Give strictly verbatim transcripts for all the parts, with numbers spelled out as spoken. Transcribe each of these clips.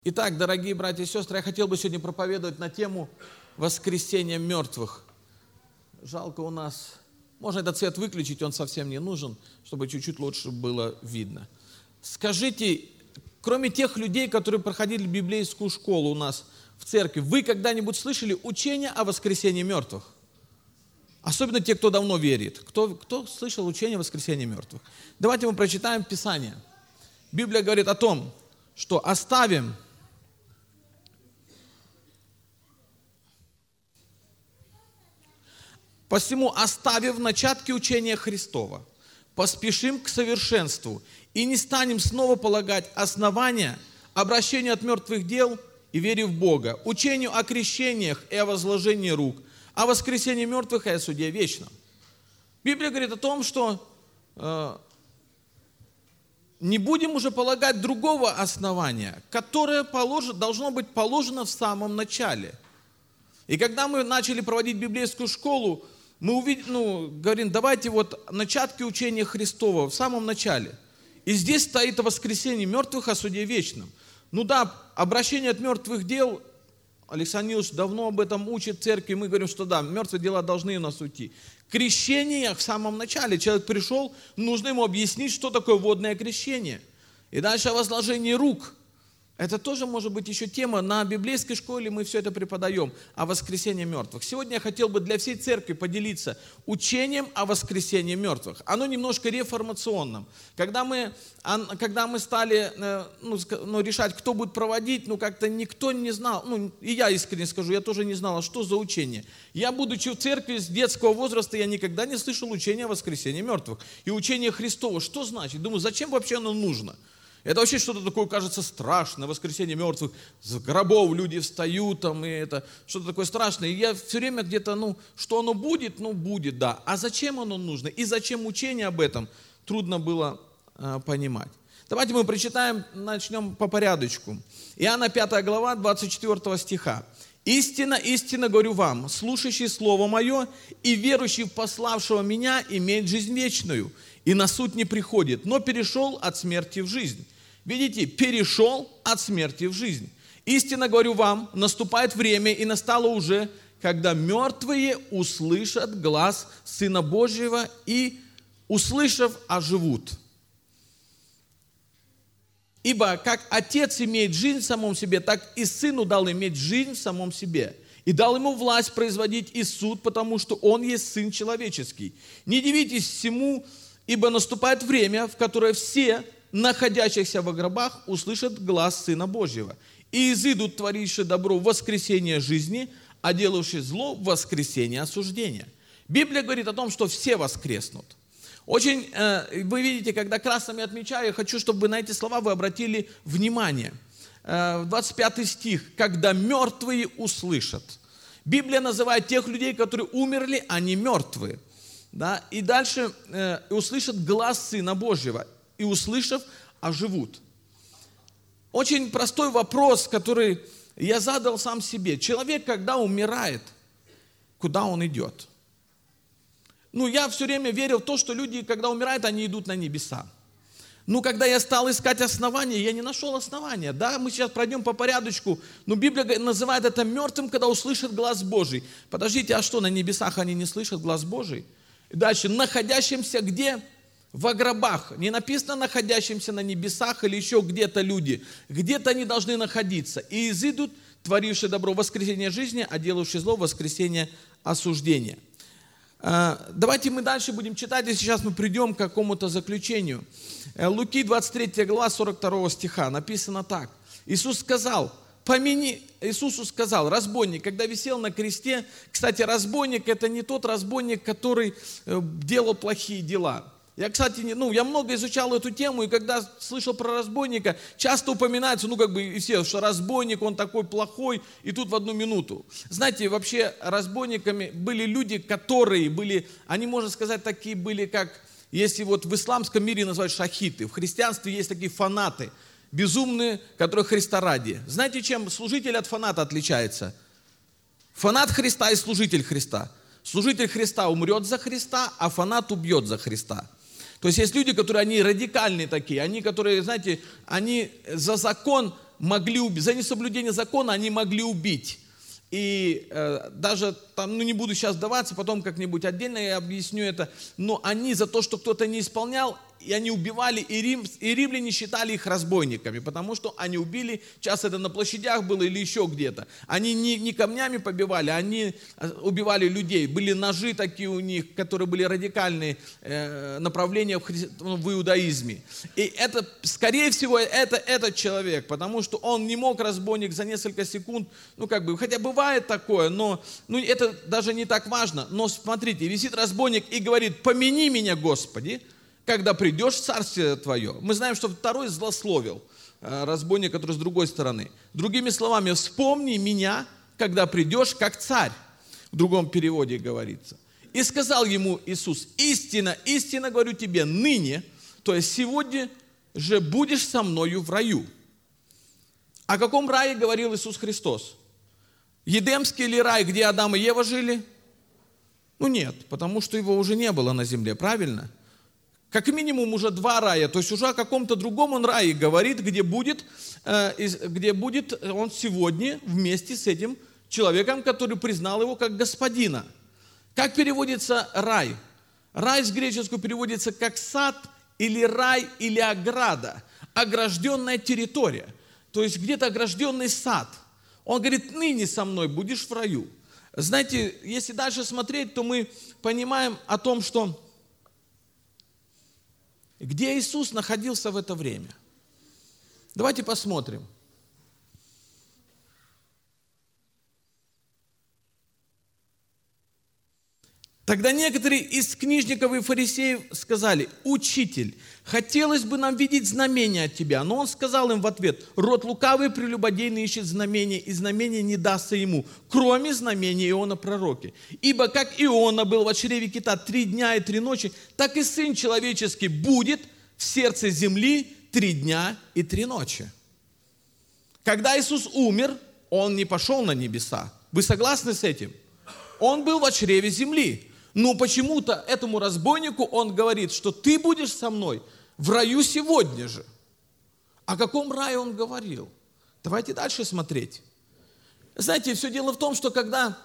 Итак, дорогие братья и сестры, я хотел бы сегодня проповедовать на тему воскресения мертвых. Жалко у нас... Можно этот свет выключить, он совсем не нужен, чтобы чуть-чуть лучше было видно. Скажите, кроме тех людей, которые проходили библейскую школу у нас в церкви, вы когда-нибудь слышали учение о воскресении мертвых? Особенно те, кто давно верит. Кто, кто слышал учение о воскресении мертвых? Давайте мы прочитаем Писание. Библия говорит о том, что оставим посему, оставив начатки учения Христова, поспешим к совершенству и не станем снова полагать основания обращению от мертвых дел и вере в Бога, учению о крещениях и о возложении рук, о воскресении мертвых и о суде вечном. Библия говорит о том, что э, не будем уже полагать другого основания, которое положено, должно быть положено в самом начале. И когда мы начали проводить библейскую школу, мы увидели, ну, говорим, давайте вот начатки учения Христова в самом начале. И здесь стоит о воскресении мертвых, о суде вечном. Ну да, обращение от мертвых дел, Александр Нилович давно об этом учит в церкви, мы говорим, что да, мертвые дела должны у нас уйти. Крещение в самом начале. Человек пришел, нужно ему объяснить, что такое водное крещение. И дальше о возложении рук. Это тоже может быть еще тема. На библейской школе мы все это преподаем. О воскресении мертвых. Сегодня я хотел бы для всей церкви поделиться учением о воскресении мертвых. Оно немножко реформационным. Когда мы, когда мы стали ну, ну, решать, кто будет проводить, ну как-то никто не знал. Ну, и я искренне скажу, я тоже не знала, что за учение. Я, будучи в церкви с детского возраста, я никогда не слышал учения о воскресении мертвых. И учение Христово. Что значит? Думаю, зачем вообще оно нужно? Это вообще что-то такое, кажется, страшное, воскресенье мертвых, с гробов люди встают, там, и это что-то такое страшное. И я все время где-то, ну, что оно будет, ну, будет, да. А зачем оно нужно? И зачем учение об этом? Трудно было э, понимать. Давайте мы прочитаем, начнем по порядочку. Иоанна пятая глава, двадцать четвёртого стиха. «Истинно, истинно говорю вам, слушающий слово мое и верующий в пославшего меня имеет жизнь вечную, и на суд не приходит, но перешел от смерти в жизнь». Видите, перешел от смерти в жизнь. «Истинно говорю вам, наступает время, и настало уже, когда мертвые услышат глас Сына Божьего и, услышав, оживут. Ибо как Отец имеет жизнь в самом себе, так и Сыну дал иметь жизнь в самом себе. И дал ему власть производить и суд, потому что Он есть Сын человеческий. Не дивитесь всему, ибо наступает время, в которое все, находящихся во гробах, услышат глас Сына Божьего. И изыдут творившие добро в воскресение жизни, а делавшие зло в воскресение осуждения». Библия говорит о том, что все воскреснут. Очень, э, вы видите, когда красным я отмечаю, я хочу, чтобы вы на эти слова вы обратили внимание. Э, двадцать пятый стих. «Когда мертвые услышат». Библия называет тех людей, которые умерли, они мертвые. Да? И дальше э, услышат глас Сына Божьего. И услышав, оживут. Очень простой вопрос, который я задал сам себе. Человек, когда умирает, куда он идет? Ну, я все время верил в то, что люди, когда умирают, они идут на небеса. Ну, когда я стал искать основания, я не нашел основания. Да, мы сейчас пройдем по порядочку, но Библия называет это мертвым, когда услышат глас Божий. Подождите, а что, на небесах они не слышат глас Божий? И дальше, находящимся где? Во гробах. Не написано находящимся на небесах или еще где-то люди. Где-то они должны находиться. И изыдут, творившие добро в воскресение жизни, а делавшие зло в воскресение осуждения. Давайте мы дальше будем читать, и сейчас мы придем к какому-то заключению. Луки двадцать третья глава, сорок второго стиха, написано так. Иисус сказал, помяни, Иисусу сказал, разбойник, когда висел на кресте, кстати, разбойник это не тот разбойник, который делал плохие дела. Я, кстати, ну, я много изучал эту тему, и когда слышал про разбойника, часто упоминается, ну, как бы, и все, что разбойник, он такой плохой, и тут в одну минуту. Знаете, вообще, разбойниками были люди, которые были, они, можно сказать, такие были, как, если вот в исламском мире называют шахиты, в христианстве есть такие фанаты, безумные, которые Христа ради. Знаете, чем служитель от фаната отличается? Фанат Христа и служитель Христа. Служитель Христа умрет за Христа, а фанат убьет за Христа. То есть есть люди, которые, они радикальные такие, они, которые, знаете, они за закон могли убить, за несоблюдение закона они могли убить. И э, даже там, ну не буду сейчас вдаваться, потом как-нибудь отдельно я объясню это, но они за то, что кто-то не исполнял, и они убивали, и, рим, и римляне считали их разбойниками, потому что они убили, часто это на площадях было или еще где-то. Они не, не камнями побивали, они убивали людей. Были ножи такие у них, которые были радикальные э, направления в, хри... в иудаизме. И это, скорее всего, это этот человек, потому что он не мог, разбойник, за несколько секунд, ну как бы, хотя бывает такое, но ну, это даже не так важно. Но смотрите, висит разбойник и говорит: помяни меня, Господи, когда придешь в царствие твое. Мы знаем, что второй злословил разбойник, который с другой стороны. Другими словами, вспомни меня, когда придешь как царь. В другом переводе говорится. И сказал ему Иисус: истина, истинно говорю тебе, ныне, то есть сегодня же будешь со мною в раю. О каком рае говорил Иисус Христос? Едемский ли рай, где Адам и Ева жили? Ну нет, потому что его уже не было на земле, правильно? Как минимум уже два рая, то есть уже о каком-то другом он рае говорит, где будет, э, где будет он сегодня вместе с этим человеком, который признал его как господина. Как переводится рай? Рай с греческого переводится как сад или рай или ограда, огражденная территория, то есть где-то огражденный сад. Он говорит: ныне со мной будешь в раю. Знаете, если дальше смотреть, то мы понимаем о том, что где Иисус находился в это время. Давайте посмотрим. Тогда некоторые из книжников и фарисеев сказали: «Учитель, хотелось бы нам видеть знамение от тебя». Но он сказал им в ответ: «Род лукавый прелюбодейный ищет знамения, и знамение не дастся ему, кроме знамения Иона пророки. Ибо как Иона был в чреве кита три дня и три ночи, так и Сын Человеческий будет в сердце земли три дня и три ночи». Когда Иисус умер, Он не пошел на небеса. Вы согласны с этим? Он был в чреве земли. Но почему-то этому разбойнику он говорит, что ты будешь со мной в раю сегодня же. О каком рае он говорил? Давайте дальше смотреть. Знаете, все дело в том, что когда...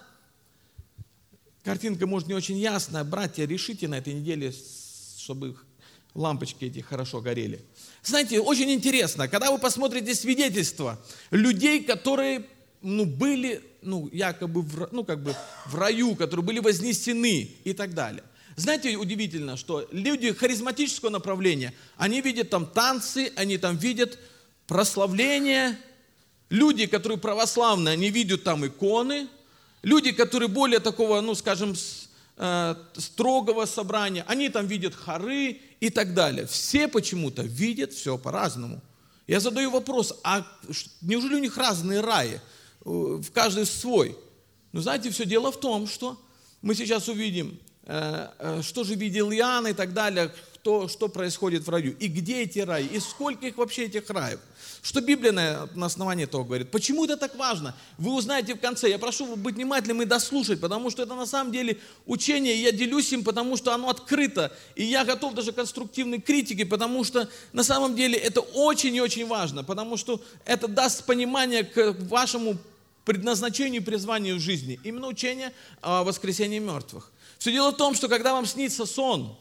Картинка может не очень ясная. Братья, решите на этой неделе, чтобы лампочки эти хорошо горели. Знаете, очень интересно, когда вы посмотрите свидетельства людей, которые ну, были... ну, якобы, в, ну, как бы в раю, которые были вознесены и так далее. Знаете, удивительно, что люди харизматического направления, они видят там танцы, они там видят прославление. Люди, которые православные, они видят там иконы. Люди, которые более такого, ну, скажем, э, строгого собрания, они там видят хоры и так далее. Все почему-то видят все по-разному. Я задаю вопрос: а неужели у них разные раи? В каждый свой. Но знаете, все дело в том, что мы сейчас увидим, что же видел Иоанн и так далее, кто, что происходит в раю, и где эти раи, и сколько их вообще этих раев. Что Библия на, на основании этого говорит. Почему это так важно? Вы узнаете в конце. Я прошу вас быть внимательным и дослушать, потому что это на самом деле учение, и я делюсь им, потому что оно открыто, и я готов даже к конструктивной критике, потому что на самом деле это очень и очень важно, потому что это даст понимание к вашему предназначению и призванию в жизни. Именно учение о воскресении мертвых. Все дело в том, что когда вам снится сон,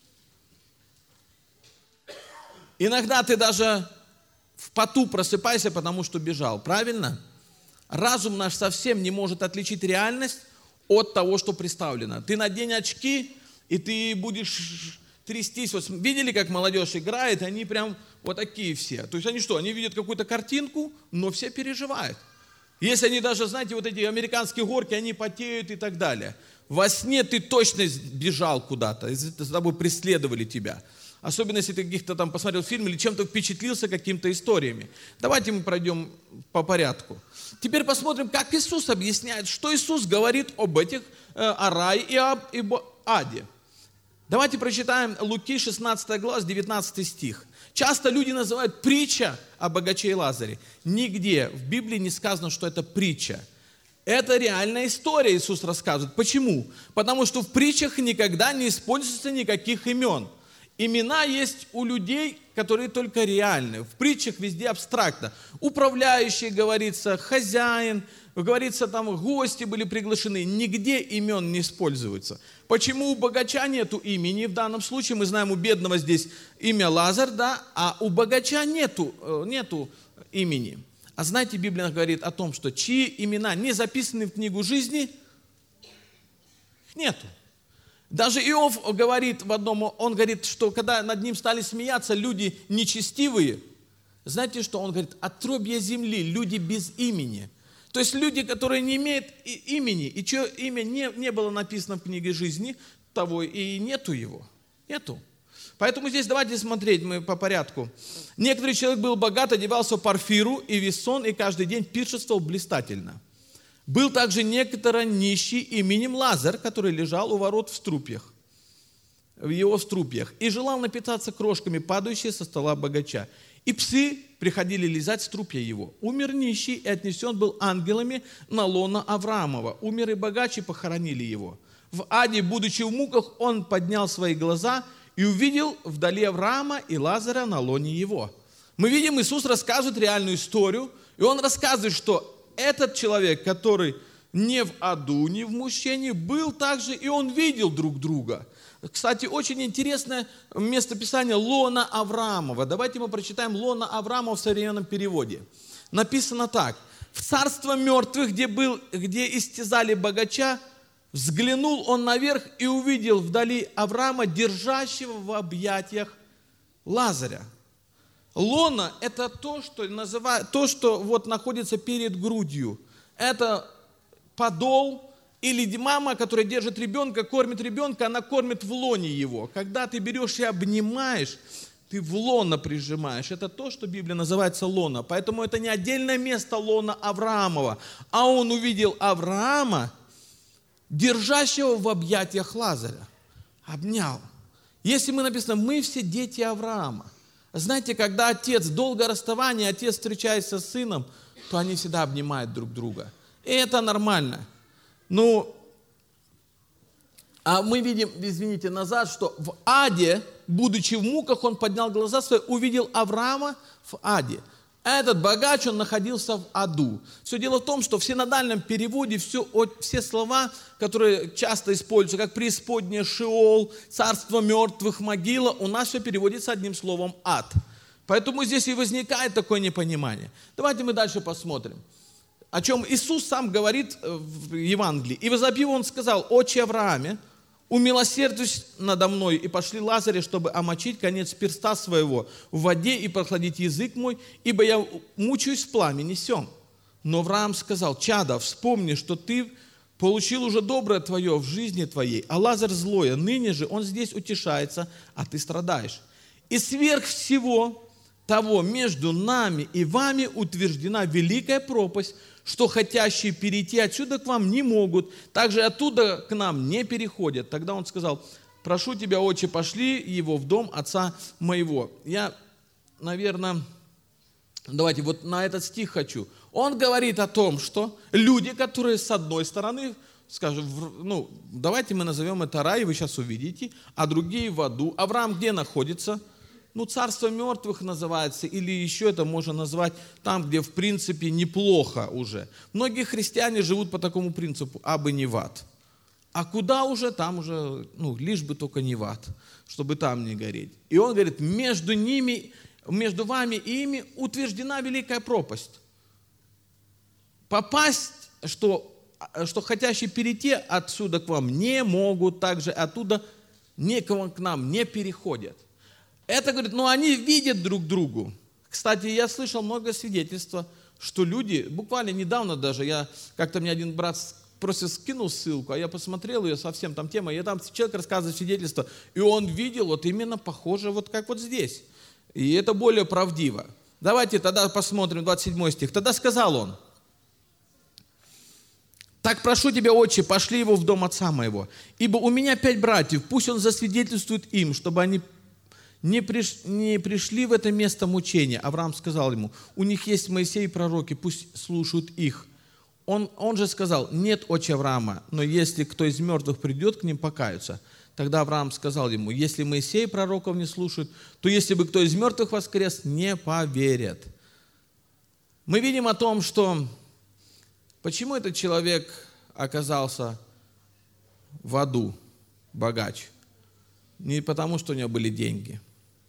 иногда ты даже в поту просыпайся, потому что бежал. Правильно? Разум наш совсем не может отличить реальность от того, что представлено. Ты надень очки, и ты будешь трястись. Вот видели, как молодежь играет? Они прям вот такие все. То есть они что? Они видят какую-то картинку, но все переживают. Если они даже, знаете, вот эти американские горки, они потеют и так далее. Во сне ты точно бежал куда-то, за тобой преследовали тебя. Особенно, если ты каких-то там посмотрел фильм или чем-то впечатлился какими-то историями. Давайте мы пройдем по порядку. Теперь посмотрим, как Иисус объясняет, что Иисус говорит об этих, э, о рае и об, и об аде. Давайте прочитаем Луки шестнадцатая глава, девятнадцатый стих. Часто люди называют притча о богаче и Лазаре. Нигде в Библии не сказано, что это притча. Это реальная история, Иисус рассказывает. Почему? Потому что в притчах никогда не используется никаких имен. Имена есть у людей, которые только реальны. В притчах везде абстрактно. Управляющий, говорится, хозяин, говорится, там гости были приглашены. Нигде имен не используется. Почему у богача нету имени? В данном случае мы знаем, у бедного здесь имя Лазарь, да, а у богача нету, нету имени. А знаете, Библия говорит о том, что чьи имена не записаны в книгу жизни, нету. Даже Иов говорит в одном, он говорит, что когда над ним стали смеяться люди нечестивые, знаете, что он говорит? Отрубья земли, люди без имени. То есть люди, которые не имеют имени, и чье имя не, не было написано в книге жизни, того и нету его. Нету. Поэтому здесь давайте смотреть мы по порядку. Некоторый человек был богат, одевался в парфиру и весон, и каждый день пиршествовал блистательно. Был также некоторый нищий именем Лазарь, который лежал у ворот в струпьях, в его струпьях, и желал напитаться крошками, падающими со стола богача. И псы приходили лизать струпья его. Умер нищий и отнесен был ангелами на лоно Авраамова. Умер и богач, и похоронили его. В аде, будучи в муках, он поднял свои глаза и увидел вдали Авраама и Лазаря на лоне его. Мы видим, Иисус рассказывает реальную историю, и он рассказывает, что этот человек, который не в аду, не в мучении, был также, и он видел друг друга. Кстати, очень интересное местописание лона Авраамова. Давайте мы прочитаем лона Авраамова в современном переводе. Написано так. В царство мертвых, где, был, где истязали богача, взглянул он наверх и увидел вдали Авраама, держащего в объятиях Лазаря. Лона – это то, что, называют, то, что вот находится перед грудью. Это подол или мама, которая держит ребенка, кормит ребенка, она кормит в лоне его. Когда ты берешь и обнимаешь, ты в лоно прижимаешь. Это то, что Библия называется лона. Поэтому это не отдельное место лона Авраамова. А он увидел Авраама, держащего в объятиях Лазаря. Обнял. Если мы написано, мы все дети Авраама. Знаете, когда отец, долгое расставание, отец встречается с сыном, то они всегда обнимают друг друга. И это нормально. Ну, а мы видим, извините, назад, что в аде, будучи в муках, он поднял глаза свои, увидел Авраама в аде. Этот богач, он находился в аду. Все дело в том, что в синодальном переводе все, все слова, которые часто используются, как преисподняя, Шеол, царство мертвых, могила, у нас все переводится одним словом ад. Поэтому здесь и возникает такое непонимание. Давайте мы дальше посмотрим. О чем Иисус сам говорит в Евангелии. «И возопив, он сказал: Отче Аврааме, умилосердуйся надо мной, и пошли Лазаря, чтобы омочить конец перста своего в воде и прохладить язык мой, ибо я мучаюсь в пламени сем». Но Авраам сказал: Чадо, вспомни, что ты получил уже доброе твое в жизни твоей, а Лазарь злое, ныне же он здесь утешается, а ты страдаешь. И сверх всего того между нами и вами утверждена великая пропасть, что хотящие перейти отсюда к вам не могут, также оттуда к нам не переходят. Тогда он сказал: прошу тебя, отче, пошли его в дом отца моего. Я, наверное, давайте вот на этот стих хочу. Он говорит о том, что люди, которые с одной стороны, скажем, ну, давайте мы назовем это рай, вы сейчас увидите, а другие в аду. Авраам где находится? Ну, царство мертвых называется, или еще это можно назвать там, где в принципе неплохо уже. Многие христиане живут по такому принципу: а бы не в ад. А куда уже? Там уже, ну, лишь бы только не в ад, чтобы там не гореть. И он говорит, между ними, между вами и ими утверждена великая пропасть. Попасть, что, что хотящие перейти отсюда к вам не могут, также оттуда никого к нам не переходят. Это, говорит, ну они видят друг другу. Кстати, я слышал много свидетельства, что люди, буквально недавно даже, я как-то мне один брат просто скинул ссылку, а я посмотрел ее, совсем там тема, и там человек рассказывает свидетельство, и он видел вот именно похоже, вот как вот здесь. И это более правдиво. Давайте тогда посмотрим двадцать седьмой стих. Тогда сказал он: так прошу тебя, отче, пошли его в дом отца моего, ибо у меня пять братьев, пусть он засвидетельствует им, чтобы они Не, приш, не пришли в это место мучения. Авраам сказал ему: у них есть Моисей и пророки, пусть слушают их. Он, он же сказал: нет, отче Авраама, но если кто из мертвых придет к ним покаются, Тогда Авраам сказал ему: если Моисей пророков не слушает, то если бы кто из мертвых воскрес, не поверят. Мы видим о том, что почему этот человек оказался в аду, богач. Не потому, что у него были деньги,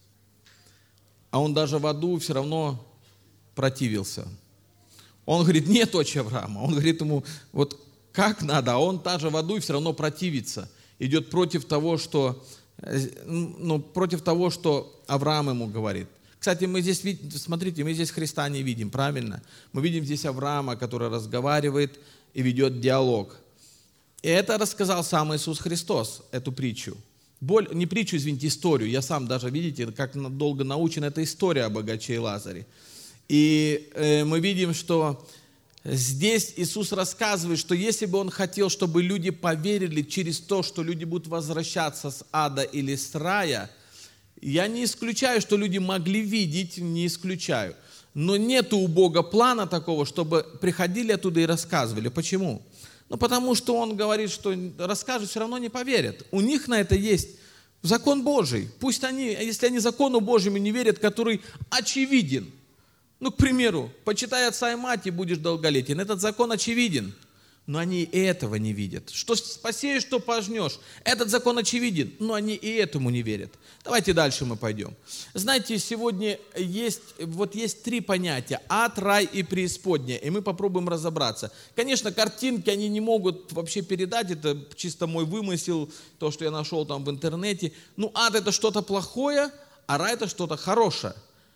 а он даже в аду все равно противился. Он говорит: нет, отче Авраама. Он говорит ему: вот как надо, а он даже в аду и все равно противится. Идет против того, что, ну, против того, что Авраам ему говорит. Кстати, мы здесь, смотрите, мы здесь Христа не видим, правильно? Мы видим здесь Авраама, который разговаривает и ведет диалог. И это рассказал сам Иисус Христос, эту притчу. Боль, не притчу, извините, историю. Я сам даже, видите, как долго научен, это история о богаче и Лазаре. И э, мы видим, что здесь Иисус рассказывает, что если бы Он хотел, чтобы люди поверили через то, что люди будут возвращаться с ада или с рая, я не исключаю, что люди могли видеть, не исключаю. Но нет у Бога плана такого, чтобы приходили оттуда и рассказывали. Почему? Ну, потому что Он говорит, что расскажут, все равно не поверят. У них на это есть закон Божий. Пусть они, если они закону Божьему не верят, который очевиден. Ну, к примеру, почитай отца и мать, и будешь долголетен. Этот закон очевиден. Но они и этого не видят. Что посеешь, что пожнешь. Этот закон очевиден, но они и этому не верят. Давайте дальше мы пойдем. Знаете, сегодня есть, вот есть три понятия: ад, рай и преисподняя. И мы попробуем разобраться. Конечно, картинки, они не могут вообще передать. Это чисто мой вымысел, то, что я нашел там в интернете. Ну, ад — это что-то плохое, а рай — это что-то хорошее.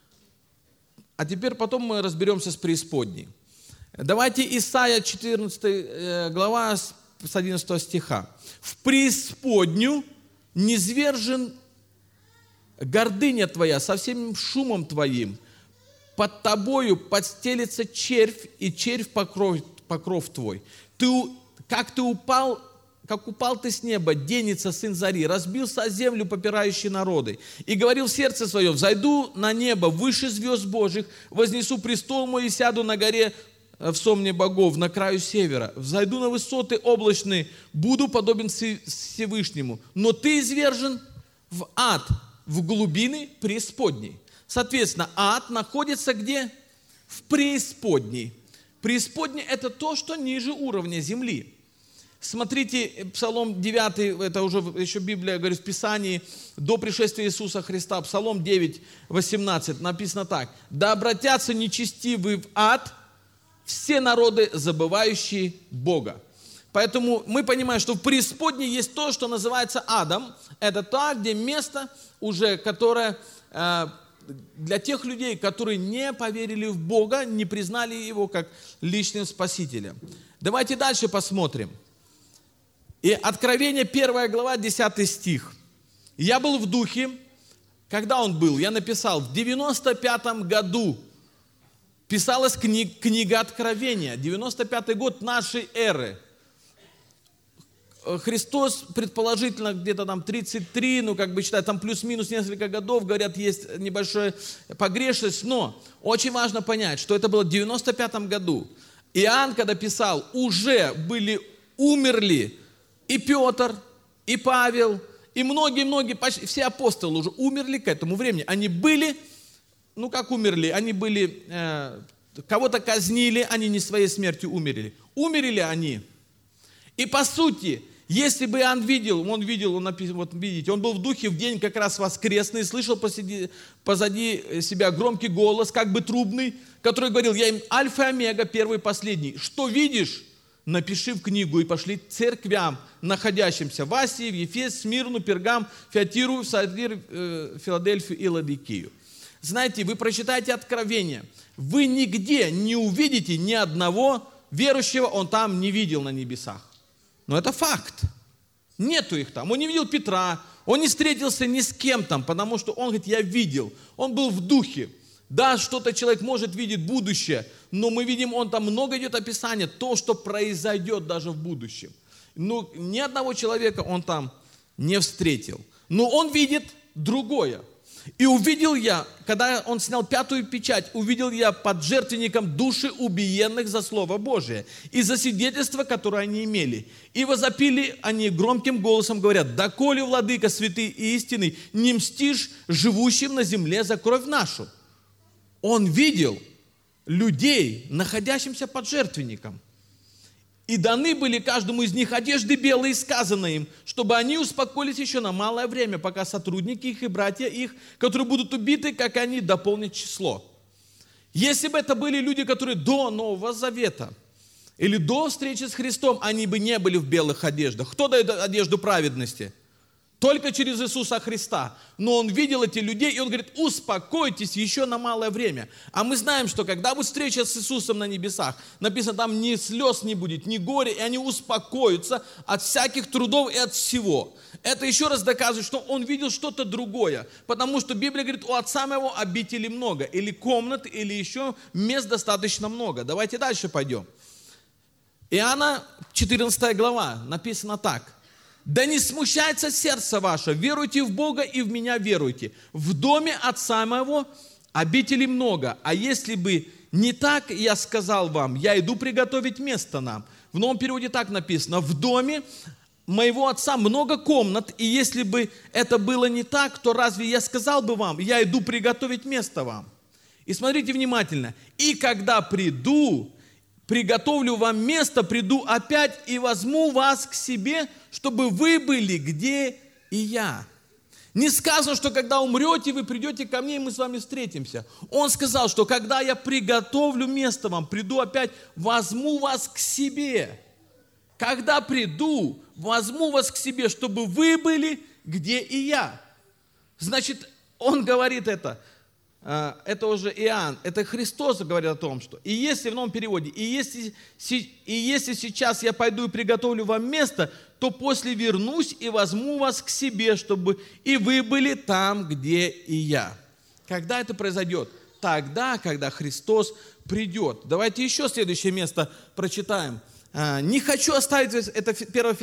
А теперь потом мы разберемся с преисподней. Давайте Исайя четырнадцатая глава с одиннадцатого стиха. «В преисподнюю низвержен гордыня твоя со всем шумом твоим. Под тобою подстелится червь, и червь покров, покров твой. Ты, как ты упал, как упал ты с неба, денется сын зари, разбился о землю попирающие народы. И говорил в сердце своем: взойду на небо выше звезд Божьих, вознесу престол мой и сяду на горе в сомне богов, на краю севера. Взойду на высоты облачные, буду подобен Всевышнему. Но ты извержен в ад, в глубины преисподней». Соответственно, ад находится где? В преисподней. Преисподняя — это то, что ниже уровня земли. Смотрите, Псалом девять, это уже еще Библия говорит в Писании, до пришествия Иисуса Христа, Псалом девять, восемнадцать, написано так: «Да обратятся нечестивые в ад, все народы, забывающие Бога». Поэтому мы понимаем, что в преисподней есть то, что называется адом. Это то, где место уже, которое э, для тех людей, которые не поверили в Бога, не признали Его как личным Спасителем. Давайте дальше посмотрим. И Откровение первая глава, десятый стих. «Я был в духе». Когда он был? Я написал, в девяносто пятом году писалась книга, книга Откровения. девяносто пятый год нашей эры. Христос, предположительно, где-то там тридцать три, ну, как бы считать, там плюс-минус несколько годов, говорят, есть небольшая погрешность, но очень важно понять, что это было в девяносто пятом году. Иоанн, когда писал, уже были, умерли и Петр, и Павел, и многие-многие, почти все апостолы уже умерли к этому времени. Они были, ну, как умерли, они были, э, кого-то казнили, они не своей смертью умерли. Умерли они. И по сути, если бы Иоанн видел, он видел, он написан, вот видите, он был в духе в день как раз воскресный, слышал позади, позади себя громкий голос, как бы трубный, который говорил: «Я им альфа и омега, первый и последний. Что видишь, напиши в книгу и пошли церквям, находящимся в Асии, в Ефес, Смирну, Пергам, Фиатиру, Сардир, э, Филадельфию и Ладикию». Знаете, вы прочитайте Откровение, вы нигде не увидите ни одного верующего, он там не видел на небесах. Но это факт. Нету их там. Он не видел Петра, он не встретился ни с кем там, потому что он говорит: я видел. Он был в духе. Да, что-то человек может видеть будущее, но мы видим, он там много идет описания, то, что произойдет даже в будущем. Ну, ни одного человека он там не встретил. Но он видит другое. И увидел я, когда он снял пятую печать, увидел я под жертвенником души убиенных за Слово Божие и за свидетельство, которое они имели. И возопили они громким голосом, говорят: «Доколе, владыка святый и истинный, не мстишь живущим на земле за кровь нашу?» Он видел людей, находящихся под жертвенником. И даны были каждому из них одежды белые, и сказано им, чтобы они успокоились еще на малое время, пока сотрудники их и братья их, которые будут убиты, как они, дополнят число. Если бы это были люди, которые до Нового Завета или до встречи с Христом, они бы не были в белых одеждах. Кто дает одежду праведности? Только через Иисуса Христа. Но он видел этих людей, и он говорит: успокойтесь еще на малое время. А мы знаем, что когда будет встреча с Иисусом на небесах, написано, там ни слез не будет, ни горя, и они успокоятся от всяких трудов и от всего. Это еще раз доказывает, что он видел что-то другое. Потому что Библия говорит: у Отца моего обители много, или комнат, или еще мест достаточно много. Давайте дальше пойдем. Иоанна четырнадцатая глава, написано так: «Да не смущается сердце ваше, веруйте в Бога и в меня веруйте. В доме Отца моего обителей много, а если бы не так, я сказал вам, я иду приготовить место нам». В новом переводе так написано: «В доме моего Отца много комнат, и если бы это было не так, то разве я сказал бы вам, я иду приготовить место вам?» И смотрите внимательно: «И когда приду, приготовлю вам место, приду опять и возьму вас к себе, чтобы вы были где и я». Не сказано, что когда умрете, вы придете ко мне, и мы с вами встретимся. Он сказал, что когда я приготовлю место вам, приду опять, возьму вас к себе. Когда приду, возьму вас к себе, чтобы вы были где и я. Значит, он говорит это. Это уже Иоанн, это Христос говорит о том, что и если в новом переводе, и если, и если сейчас я пойду и приготовлю вам место, то после вернусь и возьму вас к себе, чтобы и вы были там, где и я. Когда это произойдет? Тогда, когда Христос придет. Давайте еще следующее место прочитаем. «Не хочу оставить», это первое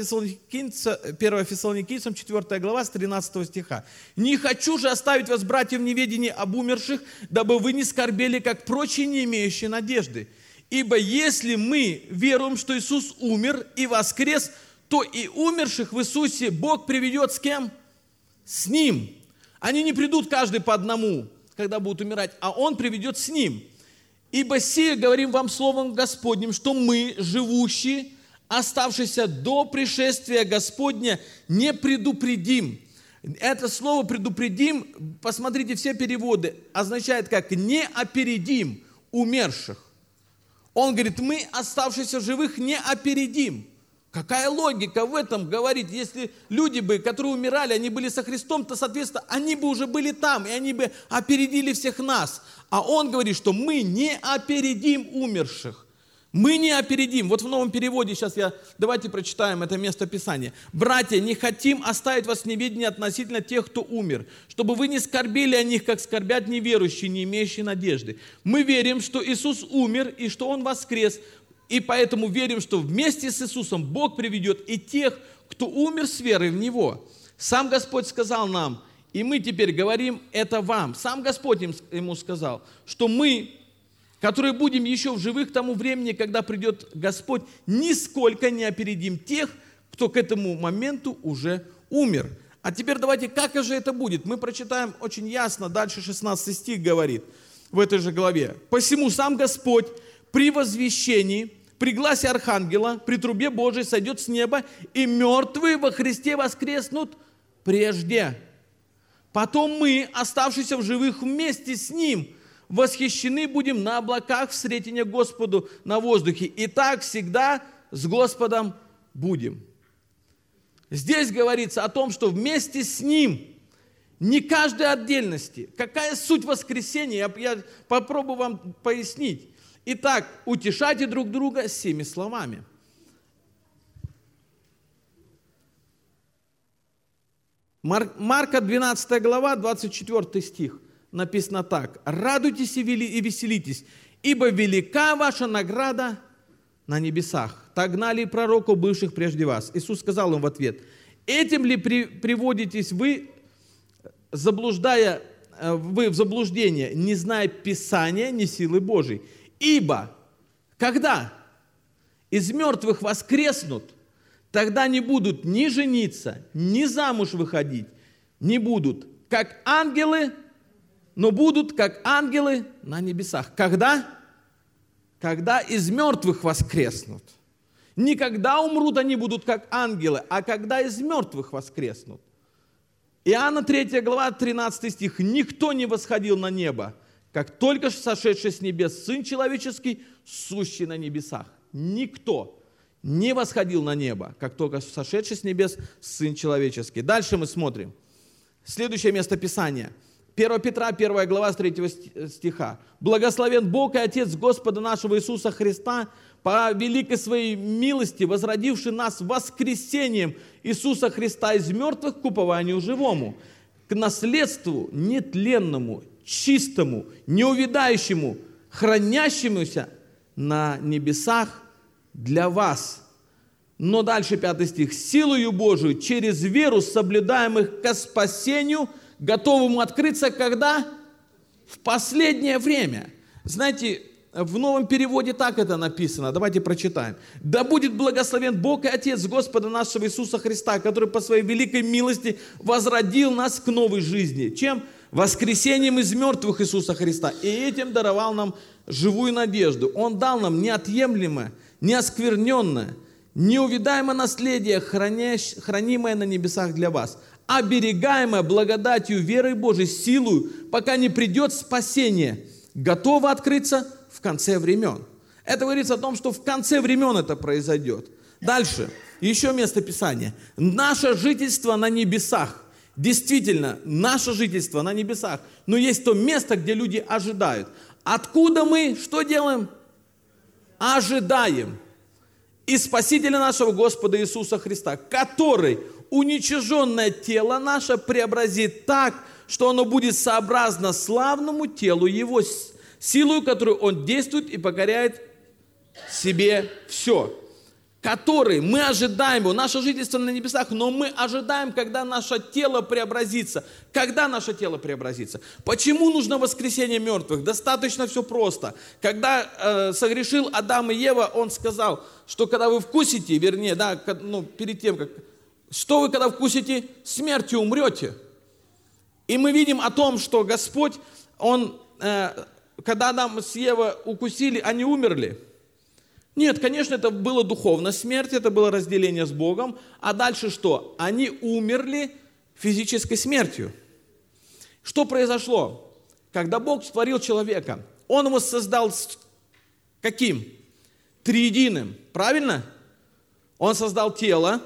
Фессалоникийцам, четвёртая глава, с тринадцатого стиха. «Не хочу же оставить вас, братья, в неведении об умерших, дабы вы не скорбели, как прочие, не имеющие надежды. Ибо если мы веруем, что Иисус умер и воскрес, то и умерших в Иисусе Бог приведет с кем? С Ним». Они не придут каждый по одному, когда будут умирать, а Он приведет с Ним. «Ибо сие говорим вам словом Господним, что мы, живущие, оставшиеся до пришествия Господня, не предупредим». Это слово «предупредим», посмотрите, все переводы, означает как «не опередим умерших». Он говорит: мы, оставшиеся живых, не опередим. Какая логика в этом говорит? Если люди бы, которые умирали, они были со Христом, то, соответственно, они бы уже были там, и они бы опередили всех нас. А он говорит, что мы не опередим умерших. Мы не опередим. Вот в новом переводе, сейчас я, давайте прочитаем это место Писания. «Братья, не хотим оставить вас в неведении относительно тех, кто умер, чтобы вы не скорбели о них, как скорбят неверующие, не имеющие надежды. Мы верим, что Иисус умер и что Он воскрес, и поэтому верим, что вместе с Иисусом Бог приведет и тех, кто умер с верой в Него. Сам Господь сказал нам, и мы теперь говорим это вам». Сам Господь ему сказал, что мы, которые будем еще в живых к тому времени, когда придет Господь, нисколько не опередим тех, кто к этому моменту уже умер. А теперь давайте, как же это будет? Мы прочитаем очень ясно, дальше шестнадцатый стих говорит в этой же главе. «Посему сам Господь при возвещении, при гласе архангела, при трубе Божией сойдет с неба, и мертвые во Христе воскреснут прежде. Потом мы, оставшиеся в живых вместе с Ним, восхищены будем на облаках встретения Господу на воздухе. И так всегда с Господом будем». Здесь говорится о том, что вместе с Ним, не каждой отдельности. Какая суть воскресения? Я, я попробую вам пояснить. Итак, утешайте друг друга семи словами. Мар- Марка двенадцатая глава, двадцать четвёртый стих. Написано так: «Радуйтесь и веселитесь, ибо велика ваша награда на небесах. Так гнали пророков, бывших прежде вас». Иисус сказал им в ответ: «Этим ли при, приводитесь вы, заблуждая вы в заблуждение, не зная Писания, ни силы Божьей. Ибо, когда из мертвых воскреснут, тогда не будут ни жениться, ни замуж выходить, не будут как ангелы, но будут как ангелы на небесах. Когда? Когда из мертвых воскреснут. Не когда умрут они будут как ангелы, а когда из мертвых воскреснут. Иоанна третья глава, тринадцатый стих. «Никто не восходил на небо, как только сошедший с небес Сын Человеческий, сущий на небесах». Никто не восходил на небо, как только сошедший с небес Сын Человеческий. Дальше мы смотрим. Следующее место Писания. первое Петра, первая глава, с третьего стиха. «Благословен Бог и Отец Господа нашего Иисуса Христа, по великой своей милости, возродивший нас воскресением Иисуса Христа из мертвых к упованию живому, к наследству нетленному, чистому, неувядающему, хранящемуся на небесах для вас». Но дальше пятый стих. «Силою Божию через веру соблюдаемых ко спасению, готовому открыться когда? В последнее время». Знаете, в новом переводе так это написано. Давайте прочитаем. «Да будет благословен Бог и Отец Господа нашего Иисуса Христа, который по своей великой милости возродил нас к новой жизни». Чем? Воскресением из мертвых Иисуса Христа. И этим даровал нам живую надежду. Он дал нам неотъемлемое, неоскверненное, неувидаемое наследие, хранящ, хранимое на небесах для вас, оберегаемое благодатью веры Божией, силою, пока не придет спасение, готово открыться в конце времен. Это говорится о том, что в конце времен это произойдет. Дальше, еще место Писания. Наше жительство на небесах. Действительно, наше жительство на небесах. Но есть то место, где люди ожидают. Откуда мы что делаем? Ожидаем. И Спасителя нашего Господа Иисуса Христа, который уничиженное тело наше преобразит так, что оно будет сообразно славному телу Его, силою, которую Он действует и покоряет себе все. Который мы ожидаем его, наше жительство на небесах, но мы ожидаем, когда наше тело преобразится. Когда наше тело преобразится? Почему нужно воскресение мертвых? Достаточно все просто. Когда э, согрешил Адам и Ева, он сказал, что когда вы вкусите, вернее, да, ну, перед тем, как... Что вы, когда вкусите, смертью умрете. И мы видим о том, что Господь, Он, э, когда Адам с Евой укусили, они умерли. Нет, конечно, это была духовная смерть, это было разделение с Богом. А дальше что? Они умерли физической смертью. Что произошло? Когда Бог створил человека, Он его создал каким? Триединым, правильно? Он создал тело,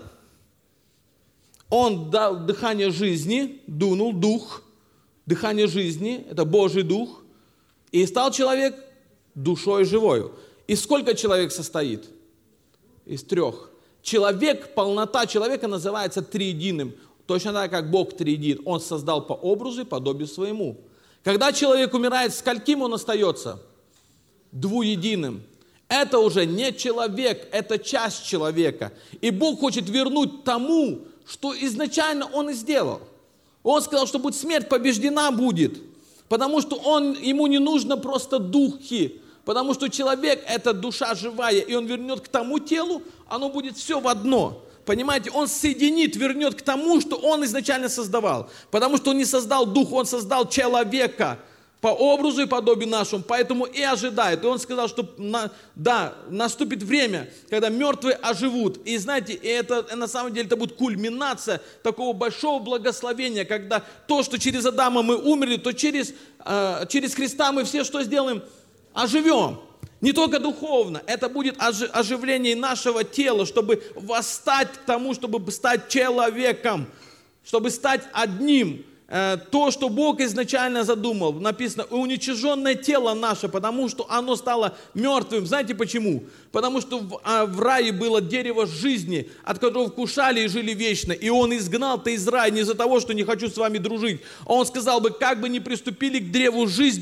Он дал дыхание жизни, дунул дух, дыхание жизни, это Божий дух, и стал человек душой живою. Из сколько человек состоит? Из трех. Человек, полнота человека называется триединым. Точно так, как Бог триедин. Он создал по образу и подобию своему. Когда человек умирает, скольким он остается? Двуединым. Это уже не человек, это часть человека. И Бог хочет вернуть тому, что изначально Он и сделал. Он сказал, что будет смерть побеждена будет. Потому что он, ему не нужно просто духи. Потому что человек – это душа живая, и он вернет к тому телу, оно будет все в одно. Понимаете, он соединит, вернет к тому, что он изначально создавал. Потому что он не создал дух, он создал человека по образу и подобию нашему, поэтому и ожидает. И он сказал, что на, да, наступит время, когда мертвые оживут. И знаете, и это на самом деле это будет кульминация такого большого благословения, когда то, что через Адама мы умерли, то через, э, через Христа мы все что сделаем? Оживем. Не только духовно. Это будет оживление нашего тела, чтобы восстать к тому, чтобы стать человеком, чтобы стать одним. То, что Бог изначально задумал. Написано, уничиженное тело наше, потому что оно стало мертвым. Знаете почему? Потому что в, в рае было дерево жизни, от которого вкушали и жили вечно. И Он изгнал-то из рая не из-за того, что не хочу с вами дружить. А Он сказал бы, как бы не приступили к древу жизни,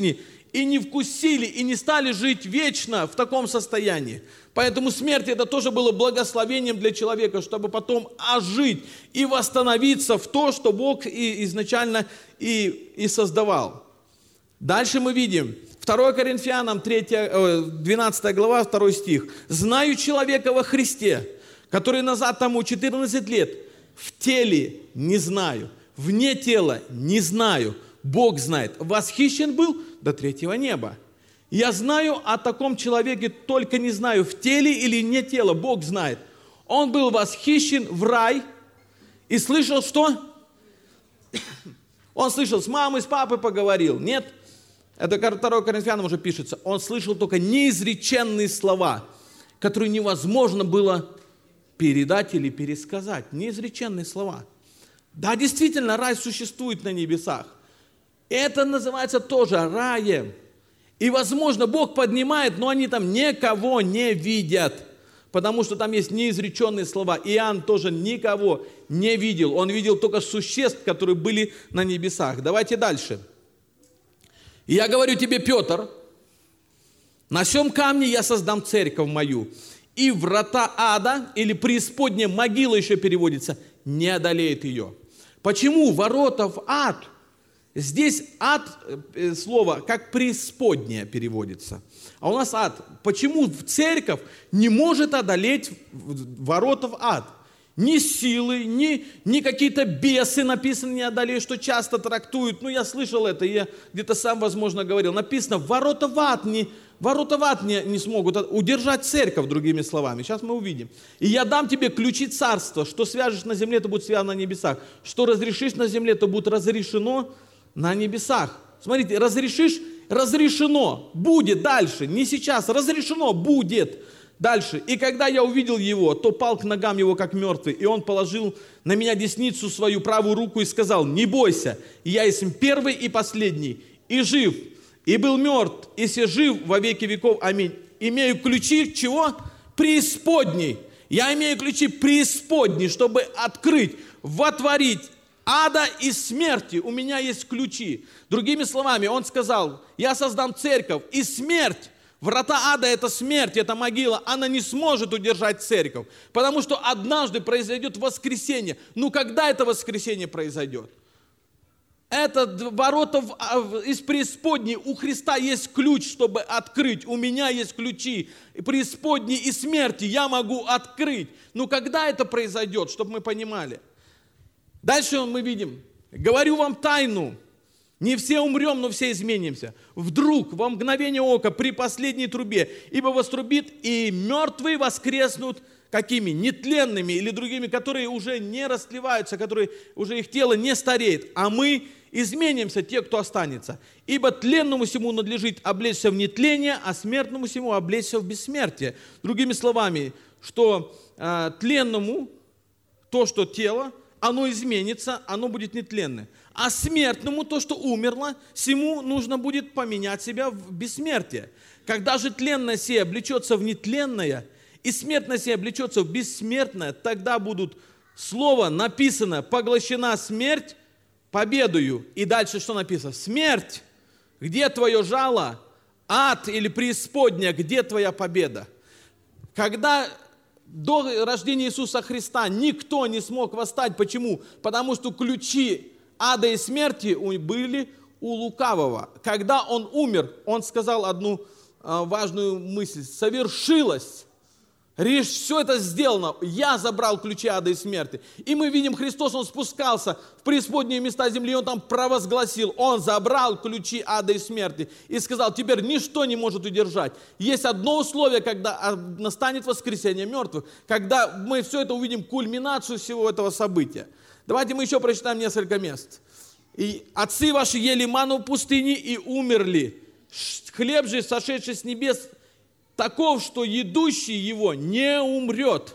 и не вкусили, и не стали жить вечно в таком состоянии. Поэтому смерть это тоже было благословением для человека, чтобы потом ожить и восстановиться в то, что Бог и изначально и, и создавал. Дальше мы видим, второе Коринфянам, двенадцатая глава, второй стих. «Знаю человека во Христе, который назад тому четырнадцать лет, в теле не знаю, вне тела не знаю, Бог знает, восхищен был до третьего неба». Я знаю о таком человеке, только не знаю, в теле или не тело, Бог знает. Он был восхищен в рай и слышал, что? Он слышал, с мамой, с папой поговорил. Нет, это второе Коринфянам уже пишется. Он слышал только неизреченные слова, которые невозможно было передать или пересказать. Неизреченные слова. Да, действительно, рай существует на небесах. Это называется тоже раем. И, возможно, Бог поднимает, но они там никого не видят, потому что там есть неизреченные слова. Иоанн тоже никого не видел. Он видел только существ, которые были на небесах. Давайте дальше. И я говорю тебе, Петр, на сем камне я создам церковь мою, и врата ада, или преисподняя могила еще переводится, не одолеет ее. Почему ворота в ад? Здесь ад, слово, как преисподняя переводится. А у нас ад. Почему церковь не может одолеть ворота в ад? Ни силы, ни, ни какие-то бесы написано не одолеют, что часто трактуют. Ну, я слышал это, я где-то сам, возможно, говорил. Написано, ворота в ад не, ворота в ад не, не смогут удержать церковь, другими словами. Сейчас мы увидим. И я дам тебе ключи царства. Что свяжешь на земле, то будет связано на небесах. Что разрешишь на земле, то будет разрешено на небесах. Смотрите, разрешишь, разрешено, будет дальше, не сейчас, разрешено, будет дальше. И когда я увидел его, то пал к ногам его, как мертвый, и он положил на меня десницу свою правую руку и сказал, не бойся, я есть первый и последний, и жив, и был мертв, и се жив во веки веков, аминь. Имею ключи чего? Преисподней. Я имею ключи преисподней, чтобы открыть, вотворить ада и смерти. У меня есть ключи. Другими словами, он сказал, я создам церковь, и смерть, врата ада это смерть, это могила, она не сможет удержать церковь, потому что однажды произойдет воскресенье. Ну, когда это воскресенье произойдет? Это ворота из преисподней. У Христа есть ключ, чтобы открыть. У меня есть ключи преисподней и смерти. Я могу открыть. Ну, когда это произойдет, чтобы мы понимали? Дальше мы видим. Говорю вам тайну. Не все умрем, но все изменимся. Вдруг, во мгновение ока, при последней трубе, ибо вострубит, и мертвые воскреснут какими? Нетленными или другими, которые уже не растлеваются, которые уже их тело не стареет. А мы изменимся, те, кто останется. Ибо тленному сему надлежит облечься в нетление, а смертному сему облечься в бессмертие. Другими словами, что э, тленному, то, что тело, оно изменится, оно будет нетленное. А смертному, то, что умерло, сему нужно будет поменять себя в бессмертие. Когда же тленное сие облечется в нетленное, и смертное сие облечется в бессмертное, тогда будут слово написано, поглощена смерть победою. И дальше что написано? Смерть, где твое жало? Ад или преисподняя, где твоя победа? Когда до рождения Иисуса Христа никто не смог восстать. Почему? Потому что ключи ада и смерти были у лукавого. Когда он умер, он сказал одну важную мысль. Совершилось. Все это сделано. Я забрал ключи ада и смерти. И мы видим, Христос, Он спускался в преисподние места земли, и Он там провозгласил. Он забрал ключи ада и смерти. И сказал, теперь ничто не может удержать. Есть одно условие, когда настанет воскресение мертвых. Когда мы все это увидим, кульминацию всего этого события. Давайте мы еще прочитаем несколько мест. И отцы ваши ели ману в пустыне и умерли. Хлеб же, сошедший с небес, таков, что едущий его не умрет.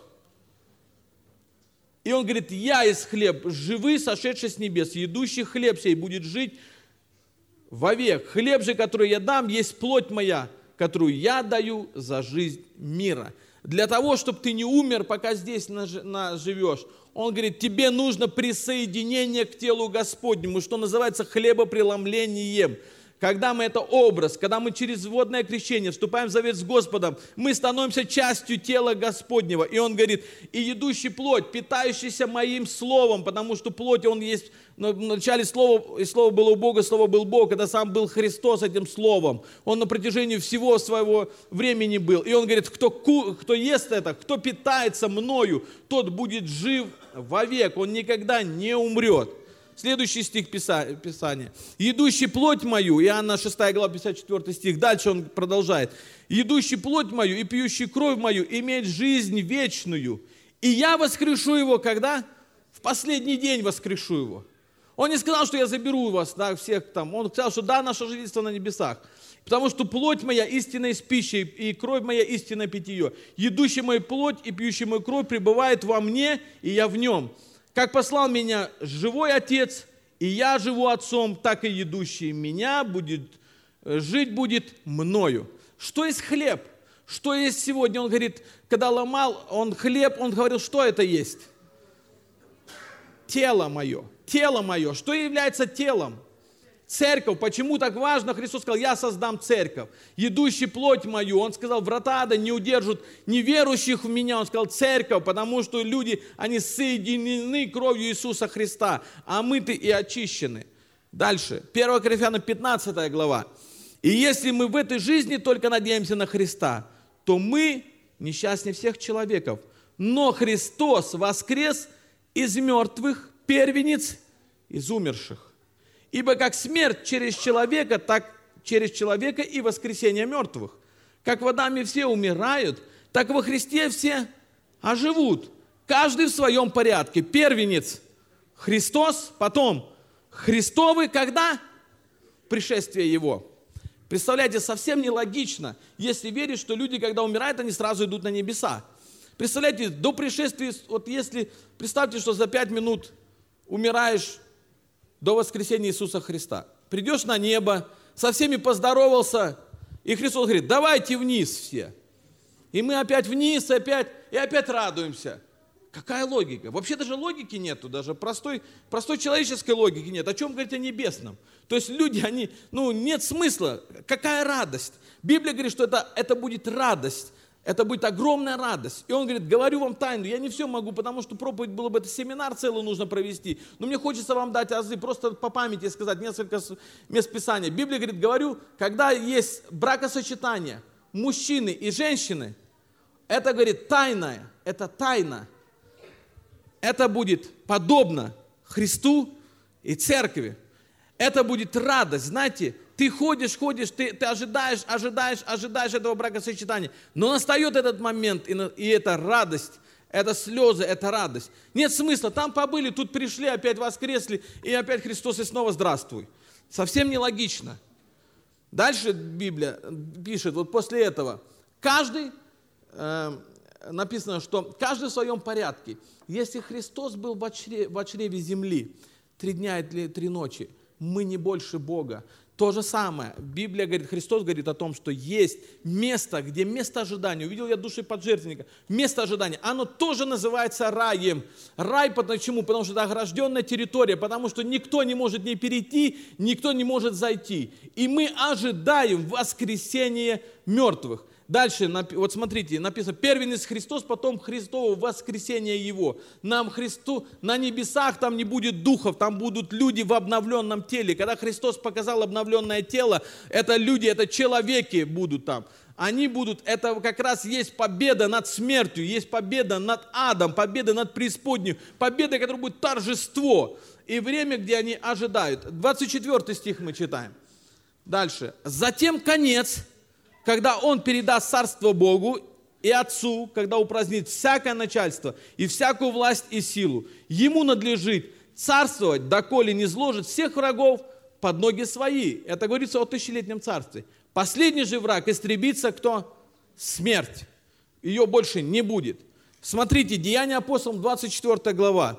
И он говорит, я есть хлеб живый, сошедший с небес, едущий хлеб сей будет жить вовек. Хлеб же, который я дам, есть плоть моя, которую я даю за жизнь мира. Для того, чтобы ты не умер, пока здесь живешь, он говорит, тебе нужно присоединение к телу Господнему, что называется хлебопреломлением. когда мы это образ, когда мы через водное крещение вступаем в завет с Господом, мы становимся частью тела Господнего. И он говорит, и едущий плоть, питающийся моим словом, потому что плоть, он есть, в начале слова, и слово было у Бога, слово был Бог, это сам был Христос этим словом. Он на протяжении всего своего времени был. И он говорит, кто, кто ест это, кто питается мною, тот будет жив вовек, он никогда не умрет. Следующий стих Писания. «Едущий плоть мою», Иоанна шестая глава, пятьдесят четвёртый стих, дальше он продолжает. «Едущий плоть мою и пьющий кровь мою имеет жизнь вечную, и я воскрешу его, когда? В последний день воскрешу его». Он не сказал, что я заберу вас, да, всех там. Он сказал, что да, наше жительство на небесах. Потому что плоть моя истинная с пищей, и кровь моя истинное питье. Едущий мою плоть и пьющий мою кровь пребывает во мне, и я в нем. Как послал меня живой Отец, и я живу Отцом, так и едущий меня будет, жить будет мною. Что есть хлеб? Что есть сегодня? Он говорит, когда ломал он хлеб, он говорил, что это есть? Тело мое. Тело мое. Что является телом? Церковь. Почему так важно? Христос сказал, я создам церковь. Едущий плоть мою. Он сказал, врата ада не удержат неверующих в меня. Он сказал, церковь, потому что люди, они соединены кровью Иисуса Христа, омыты и очищены. Дальше. первое Коринфянам пятнадцатая глава. И если мы в этой жизни только надеемся на Христа, то мы несчастнее всех человеков. Но Христос воскрес из мертвых, первенец из умерших. Ибо как смерть через человека, так через человека и воскресение мертвых. Как в Адаме все умирают, так во Христе все оживут. Каждый в своем порядке. Первенец Христос, потом Христовы, когда? Пришествие Его. Представляете, совсем нелогично, если верить, что люди, когда умирают, они сразу идут на небеса. Представляете, до пришествия, вот если, представьте, что за пять минут умираешь до воскресения Иисуса Христа. Придешь на небо, со всеми поздоровался, и Христос говорит, давайте вниз все. И мы опять вниз, опять, и опять радуемся. Какая логика? Вообще даже логики нету, даже простой, простой человеческой логики нет. О чем говорить о небесном? То есть люди, они, ну, нет смысла. Какая радость? Библия говорит, что это, это будет радость. Это будет огромная радость. И он говорит, говорю вам тайну, я не все могу, потому что проповедь было бы, это семинар целый нужно провести. Но мне хочется вам дать азы, просто по памяти сказать несколько мест Писания. Библия говорит, говорю, когда есть бракосочетание мужчины и женщины, это, говорит, тайное, это тайна. Это будет подобно Христу и церкви. Это будет радость, знаете, ты ходишь, ходишь, ты, ты ожидаешь, ожидаешь, ожидаешь этого бракосочетания. Но настает этот момент, и, и это радость, это слезы, это радость. Нет смысла, там побыли, тут пришли, опять воскресли, и опять Христос, и снова здравствуй. Совсем нелогично. Дальше Библия пишет, вот после этого, каждый, э, написано, что каждый в своем порядке. Если Христос был в чреве, в чреве земли три дня и три ночи, мы не больше Бога. То же самое. Библия говорит, Христос говорит о том, что есть место, где место ожидания. Увидел я души поджертвенника. Место ожидания. Оно тоже называется раем. Рай почему? Потому что это огражденная территория. Потому что никто не может не перейти, никто не может зайти. И мы ожидаем воскресения мертвых. Дальше, вот смотрите, написано, первенец Христос, потом Христово воскресение Его. Нам Христу, на небесах там не будет духов, там будут люди в обновленном теле. Когда Христос показал обновленное тело, это люди, это человеки будут там. Они будут, это как раз есть победа над смертью, есть победа над адом, победа над преисподней, победа, которая будет торжество. И время, где они ожидают. двадцать четвёртый стих мы читаем. Дальше. Затем конец, когда Он передаст царство Богу и Отцу, когда упразднит всякое начальство и всякую власть и силу. Ему надлежит царствовать, доколе не сложит всех врагов под ноги свои. Это говорится о тысячелетнем царстве. Последний же враг истребится кто? Смерть. Ее больше не будет. Смотрите, Деяния апостолов, двадцать четвёртая глава.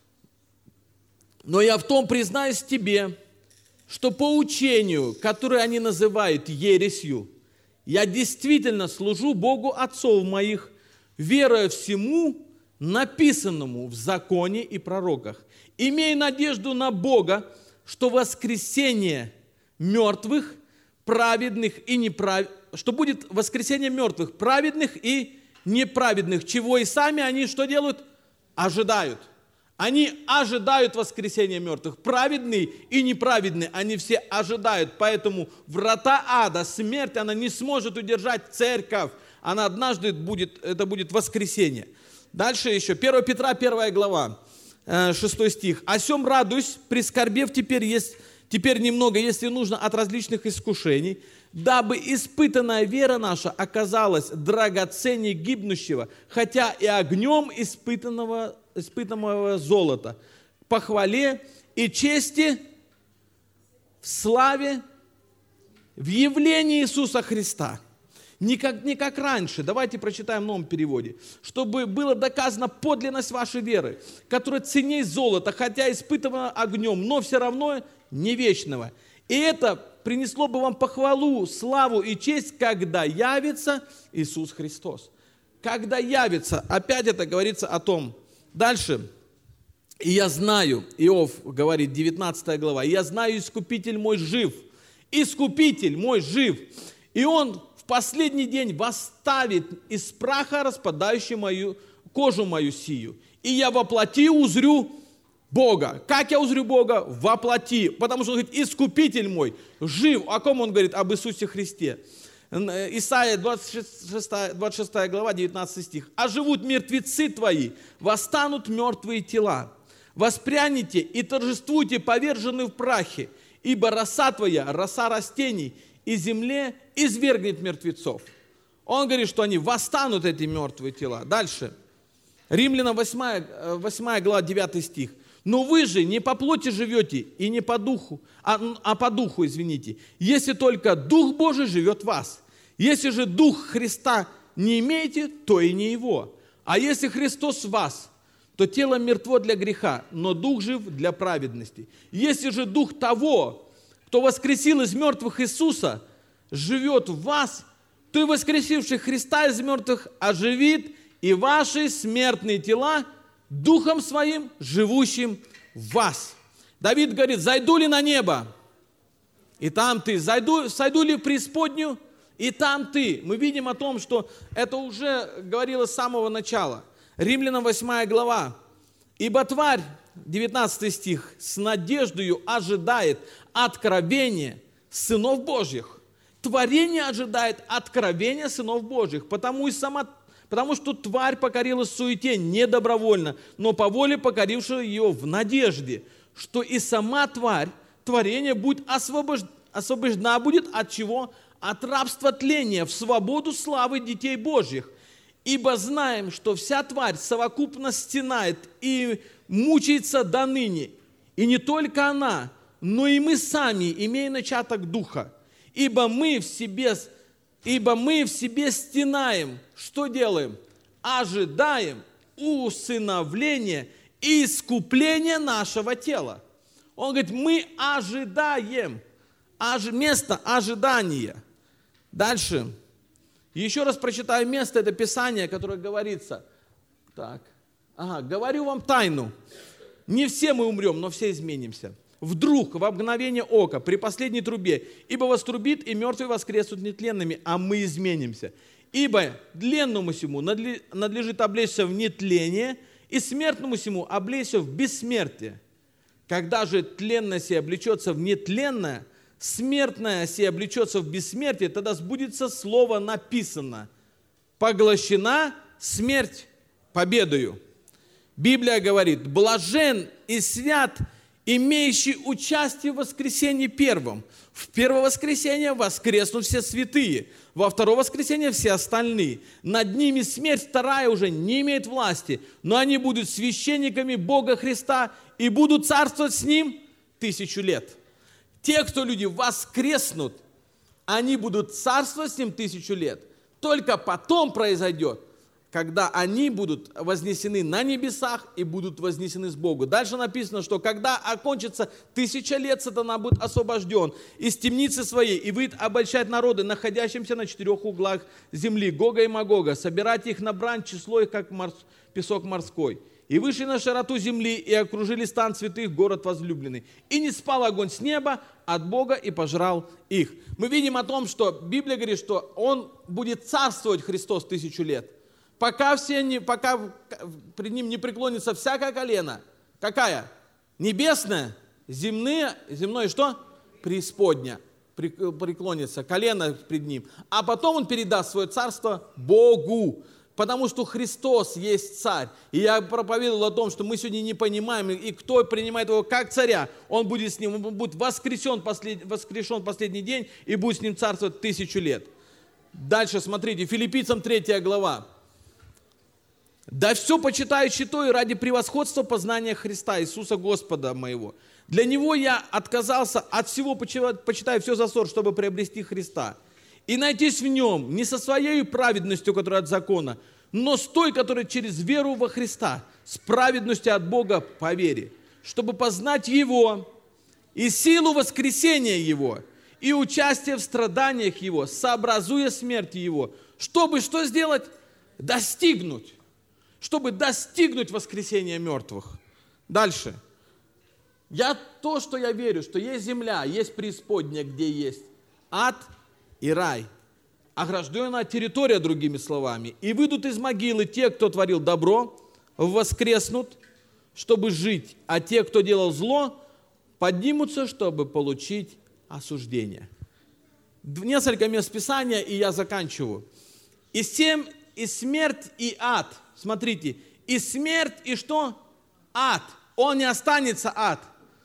«Но я в том признаюсь тебе, что по учению, которое они называют ересью, я действительно служу Богу отцов моих, веруя всему написанному в законе и пророках, имея надежду на Бога, что воскресение мертвых, праведных и неправедных, что будет воскресение мертвых, праведных и неправедных, чего и сами они что делают? Ожидают. Они ожидают воскресения мертвых. Праведные и неправедные, они все ожидают. Поэтому врата ада, смерть, она не сможет удержать церковь. Она однажды будет, это будет воскресение. Дальше еще, первое Петра, первая глава, шестой стих. «О сем радуюсь, прискорбев теперь, есть, теперь немного, если нужно, от различных искушений, дабы испытанная вера наша оказалась драгоценней гибнущего, хотя и огнем испытанного, испытанного золота, по хвале и чести, в славе, в явлении Иисуса Христа». Не как, не как раньше, давайте прочитаем в новом переводе, чтобы было доказана подлинность вашей веры, которая ценней золота, хотя испытана огнем, но все равно не вечного. И это принесло бы вам похвалу, славу и честь, когда явится Иисус Христос. Когда явится, опять это говорится о том. Дальше. «И я знаю», Иов говорит, девятнадцатая глава, «И я знаю, Искупитель мой жив, Искупитель мой жив, и Он в последний день восставит из праха распадающую мою кожу мою сию, и я воплоти узрю Бога». Как я узрю Бога? Воплоти. Потому что он говорит, Искупитель мой жив. О ком он говорит? Об Иисусе Христе. Исайя двадцать шестая глава, девятнадцатый стих. «А живут мертвецы твои, восстанут мертвые тела. Воспряните и торжествуйте, поверженные в прахе, ибо роса твоя, роса растений, и земле извергнет мертвецов». Он говорит, что они восстанут, эти мертвые тела. Дальше. Римлянам восьмая глава, девятый стих. «Но вы же не по плоти живете и не по духу, а, а по духу, извините, если только Дух Божий живет в вас. Если же Дух Христа не имеете, то и не Его. А если Христос в вас, то тело мертво для греха, но Дух жив для праведности. Если же Дух того, кто воскресил из мертвых Иисуса, живет в вас, то и воскресивший Христа из мертвых оживит и ваши смертные тела Духом Своим, живущим в вас». Давид говорит, зайду ли на небо, и там ты, зайду, сойду ли в преисподнюю, и там ты. Мы видим о том, что это уже говорилось с самого начала. Римлянам восьмая глава. «Ибо тварь», девятнадцатый стих, «с надеждою ожидает откровения сынов Божьих». Творение ожидает откровения сынов Божьих, потому, и сама, потому что тварь покорилась суете не добровольно, но по воле покорившего ее в надежде, что и сама тварь, творение будет освобож... освобождена будет от чего? От рабства тления в свободу славы детей Божьих. Ибо знаем, что вся тварь совокупно стенает и мучается до ныне. И не только она, но и мы сами, имея начаток духа. Ибо мы в себе, ибо мы в себе стенаем. Что делаем? Ожидаем усыновления и искупления нашего тела. Он говорит, мы ожидаем. Ож... Место ожидания. Дальше. Еще раз прочитаю место, это Писание, которое говорится. Так. Ага, говорю вам тайну. Не все мы умрем, но все изменимся. Вдруг, во мгновение ока, при последней трубе, ибо вострубит, и мертвые воскреснут нетленными, а мы изменимся. Ибо тленному сему надлежит облечься в нетление, и смертному сему облечься в бессмертие. Когда же тленное сие облечется в нетленное, смертное сие облечется в бессмертие, тогда сбудется слово написано: поглощена смерть победою. Библия говорит: блажен и свят, имеющий участие в воскресении первом. В первое воскресенье воскреснут все святые, во второе воскресенье все остальные. Над ними смерть вторая уже не имеет власти, но они будут священниками Бога Христа и будут царствовать с Ним тысячу лет. Те, кто люди воскреснут, они будут царствовать с Ним тысячу лет. Только потом произойдет, когда они будут вознесены на небесах и будут вознесены с Богом. Дальше написано, что когда окончится тысяча лет, сатана будет освобожден из темницы своей и выйдет обольщать народы, находящимся на четырех углах земли, Гога и Магога, собирать их на брань, число их, как морс... песок морской. И вышли на широту земли и окружили стан святых, город возлюбленный. И не спал огонь с неба, от Бога и пожрал их. Мы видим о том, что Библия говорит, что Он будет царствовать, Христос, тысячу лет. Пока, все не, пока пред Ним не преклонится всякое колено. Какая? Небесная, земные, земное что? Преисподня. Преклонится колено пред Ним. А потом Он передаст свое царство Богу. Потому что Христос есть царь. И я проповедовал о том, что мы сегодня не понимаем, и кто принимает его как царя, он будет с ним, он будет воскрешен, послед, воскрешен последний день и будет с ним царствовать тысячу лет. Дальше смотрите, Филиппийцам третья глава. «Да все почитаю читой ради превосходства познания Христа, Иисуса Господа моего. Для Него я отказался от всего, почитаю все за ссор, чтобы приобрести Христа. И найтись в Нем, не со своей праведностью, которая от закона, но с той, которая через веру во Христа, с праведностью от Бога по вере, чтобы познать Его и силу воскресения Его, и участие в страданиях Его, сообразуя смерти Его, чтобы что сделать? Достигнуть. Чтобы достигнуть воскресения мертвых». Дальше. Я то, что я верю, что есть земля, есть преисподняя, где есть ад и рай, огражденная территория, другими словами. И выйдут из могилы те, кто творил добро, воскреснут, чтобы жить, а те, кто делал зло, поднимутся, чтобы получить осуждение. Несколько мест Писания, и я заканчиваю. И семь, и смерть, и ад. Смотрите, и смерть, и что? Ад. Он не останется, ад.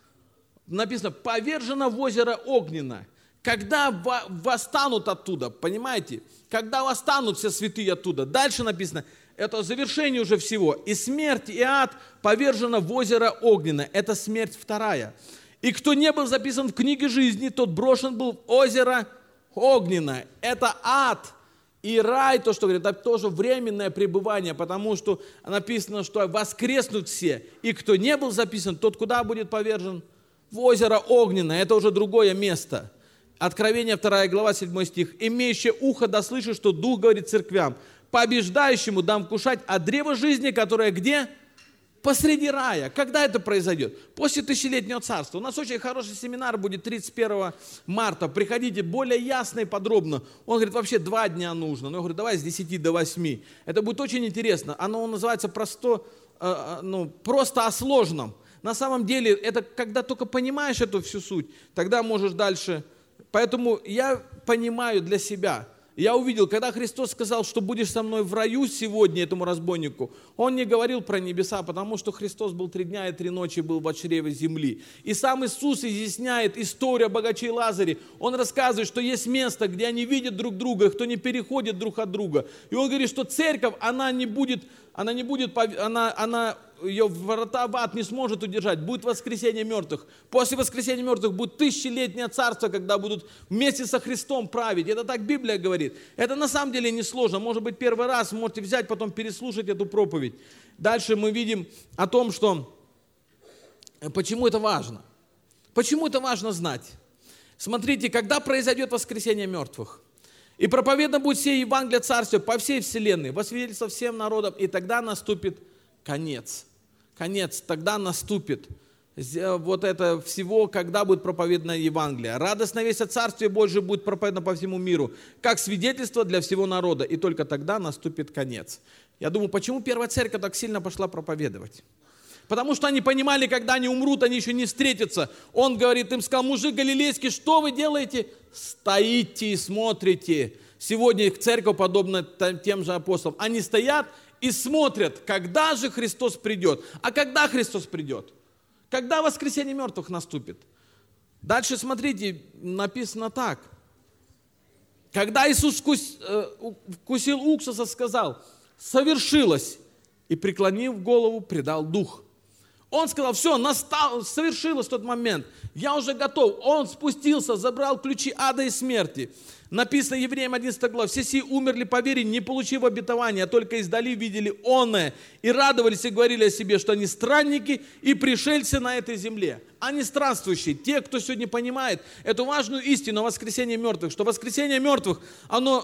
Написано, повержено в озеро огненное. Когда восстанут оттуда, понимаете? Когда восстанут все святые оттуда. Дальше написано, это завершение уже всего. И смерть, и ад повержено в озеро огненное. Это смерть вторая. И кто не был записан в книге жизни, тот брошен был в озеро огненное. Это ад. И рай, то, что говорит, это тоже временное пребывание, потому что написано, что воскреснут все. И кто не был записан, тот куда будет повержен? В озеро огненное. Это уже другое место. Откровение вторая глава, седьмой стих. «Имеющий ухо да слышит, что Дух говорит церквям, побеждающему дам кушать от древа жизни, которое где? Посреди рая». Когда это произойдет? После тысячелетнего царства. У нас очень хороший семинар будет тридцать первого марта. Приходите более ясно и подробно. Он говорит, вообще два дня нужно. Но я говорю, давай с десяти до восьми. Это будет очень интересно. Оно называется просто, ну, просто о сложном. На самом деле, это когда только понимаешь эту всю суть, тогда можешь дальше. Поэтому я понимаю для себя. Я увидел, когда Христос сказал, что будешь со мной в раю сегодня, этому разбойнику, Он не говорил про небеса, потому что Христос был три дня и три ночи был в чреве земли. И сам Иисус изъясняет историю о богаче и Лазаре. Он рассказывает, что есть место, где они видят друг друга, кто не переходит друг от друга. И Он говорит, что церковь, она не будет, она не будет, она, она, ее врата в ад не сможет удержать. Будет воскресение мертвых. После воскресения мертвых будет тысячелетнее царство, когда будут вместе со Христом править. Это так Библия говорит. Это на самом деле не сложно. Может быть, первый раз можете взять, потом переслушать эту проповедь. Дальше мы видим о том, что почему это важно. Почему это важно знать? Смотрите, когда произойдет воскресение мертвых, и проповедано будет все Евангелие Царствия по всей вселенной, во свидетельство всем народам, и тогда наступит конец. Конец, тогда наступит вот это всего, когда будет проповедано Евангелие. Радостная весть о Царстве Божьем будет проповедана по всему миру, как свидетельство для всего народа, и только тогда наступит конец. Я думаю, почему первая церковь так сильно пошла проповедовать? Потому что они понимали, когда они умрут, они еще не встретятся. Он говорит, им сказал, мужик галилейский, что вы делаете? Стоите и смотрите. Сегодня их церковь подобна тем же апостолам. Они стоят и смотрят, когда же Христос придет. А когда Христос придет? Когда воскресение мертвых наступит? Дальше смотрите, написано так. Когда Иисус вкус, э, вкусил уксуса, сказал, совершилось, и, преклонив голову, предал дух. Он сказал, все, настал, совершилось тот момент, я уже готов. Он спустился, забрал ключи ада и смерти. Написано Евреям одиннадцатая глава, все сии умерли по вере, не получив обетования, а только издали видели оное, и радовались и говорили о себе, что они странники и пришельцы на этой земле. Они странствующие, те, кто сегодня понимает эту важную истину о воскресении мертвых, что воскресение мертвых, оно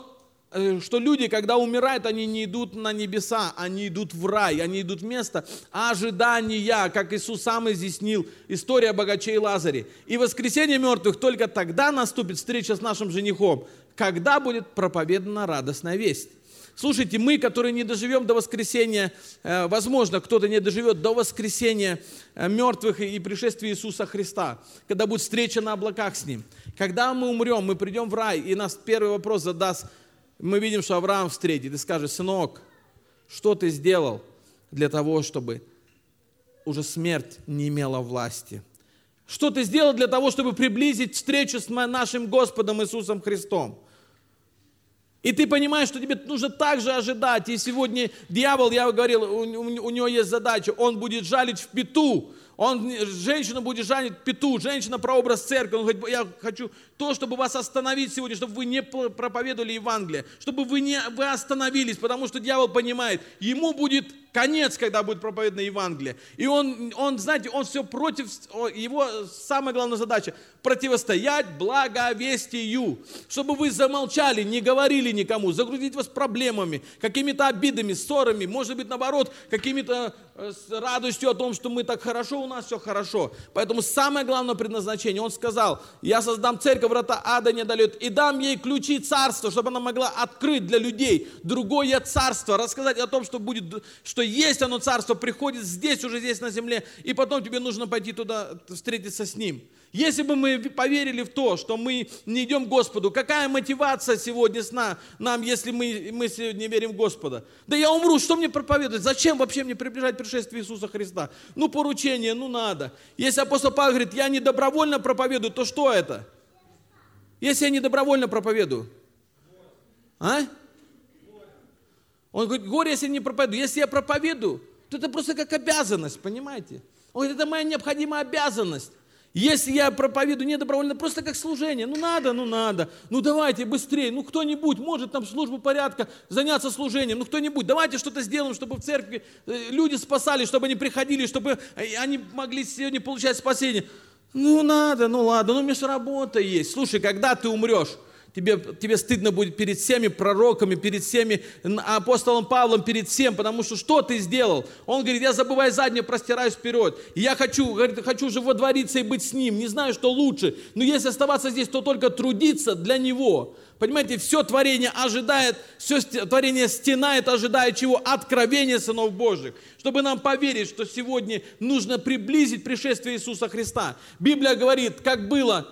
что люди, когда умирают, они не идут на небеса, они идут в рай, они идут в место ожидания, как Иисус сам изъяснил, история о богаче и Лазаре. И воскресение мертвых только тогда наступит встреча с нашим женихом, когда будет проповедана радостная весть. Слушайте, мы, которые не доживем до воскресения, возможно, кто-то не доживет до воскресения мертвых и пришествия Иисуса Христа, когда будет встреча на облаках с Ним. Когда мы умрем, мы придем в рай, и нас первый вопрос задаст, мы видим, что Авраам встретит и скажет: сынок, что ты сделал для того, чтобы уже смерть не имела власти? Что ты сделал для того, чтобы приблизить встречу с нашим Господом Иисусом Христом? И ты понимаешь, что тебе нужно также ожидать. И сегодня дьявол, я говорил, у, у него есть задача, он будет жалить в пету. Он, женщина будет жалить в пету, женщина прообраз церкви. Он говорит: я хочу то, чтобы вас остановить сегодня, чтобы вы не проповедовали Евангелие, чтобы вы, не, вы остановились, потому что дьявол понимает, ему будет конец, когда будет проповедано Евангелие. И он, он, знаете, он все против, его самая главная задача – противостоять благовестию, чтобы вы замолчали, не говорили никому, загрузить вас проблемами, какими-то обидами, ссорами, может быть, наоборот, какими-то с радостью о том, что мы так хорошо, у нас все хорошо. Поэтому самое главное предназначение, он сказал: я создам церковь, врата ада не одолеют, и дам ей ключи царства, чтобы она могла открыть для людей другое царство, рассказать о том, что будет, что есть оно царство, приходит здесь, уже здесь на земле, и потом тебе нужно пойти туда, встретиться с ним. Если бы мы поверили в то, что мы не идем к Господу, какая мотивация сегодня с нам, нам, если мы, мы сегодня верим в Господа? Да я умру, что мне проповедовать? Зачем вообще мне приближать пришествие Иисуса Христа? Ну, поручение, ну надо. Если апостол Павел говорит: я не добровольно проповедую, то что это? Если я не добровольно проповедую? А? Он говорит: горе, если не проповедую. Если я проповедую, то это просто как обязанность, понимаете? Он говорит: это моя необходимая обязанность. Если я проповедую недобровольно, просто как служение. Ну надо, ну надо. Ну давайте быстрее. Ну кто-нибудь может там службу порядка заняться служением. Ну кто-нибудь. Давайте что-то сделаем, чтобы в церкви люди спасались, чтобы они приходили, чтобы они могли сегодня получать спасение. Ну надо, ну ладно. Ну у меня же работа есть. Слушай, когда ты умрешь, Тебе, тебе стыдно будет перед всеми пророками, перед всеми апостолом Павлом, перед всем, потому что что ты сделал? Он говорит: я забываю заднее, простираюсь вперед. И я хочу, говорит, хочу же водвориться и быть с ним. Не знаю, что лучше. Но если оставаться здесь, то только трудиться для него. Понимаете, все творение ожидает, все творение стенает, ожидая чего? Откровения сынов Божьих. Чтобы нам поверить, что сегодня нужно приблизить пришествие Иисуса Христа. Библия говорит, как было...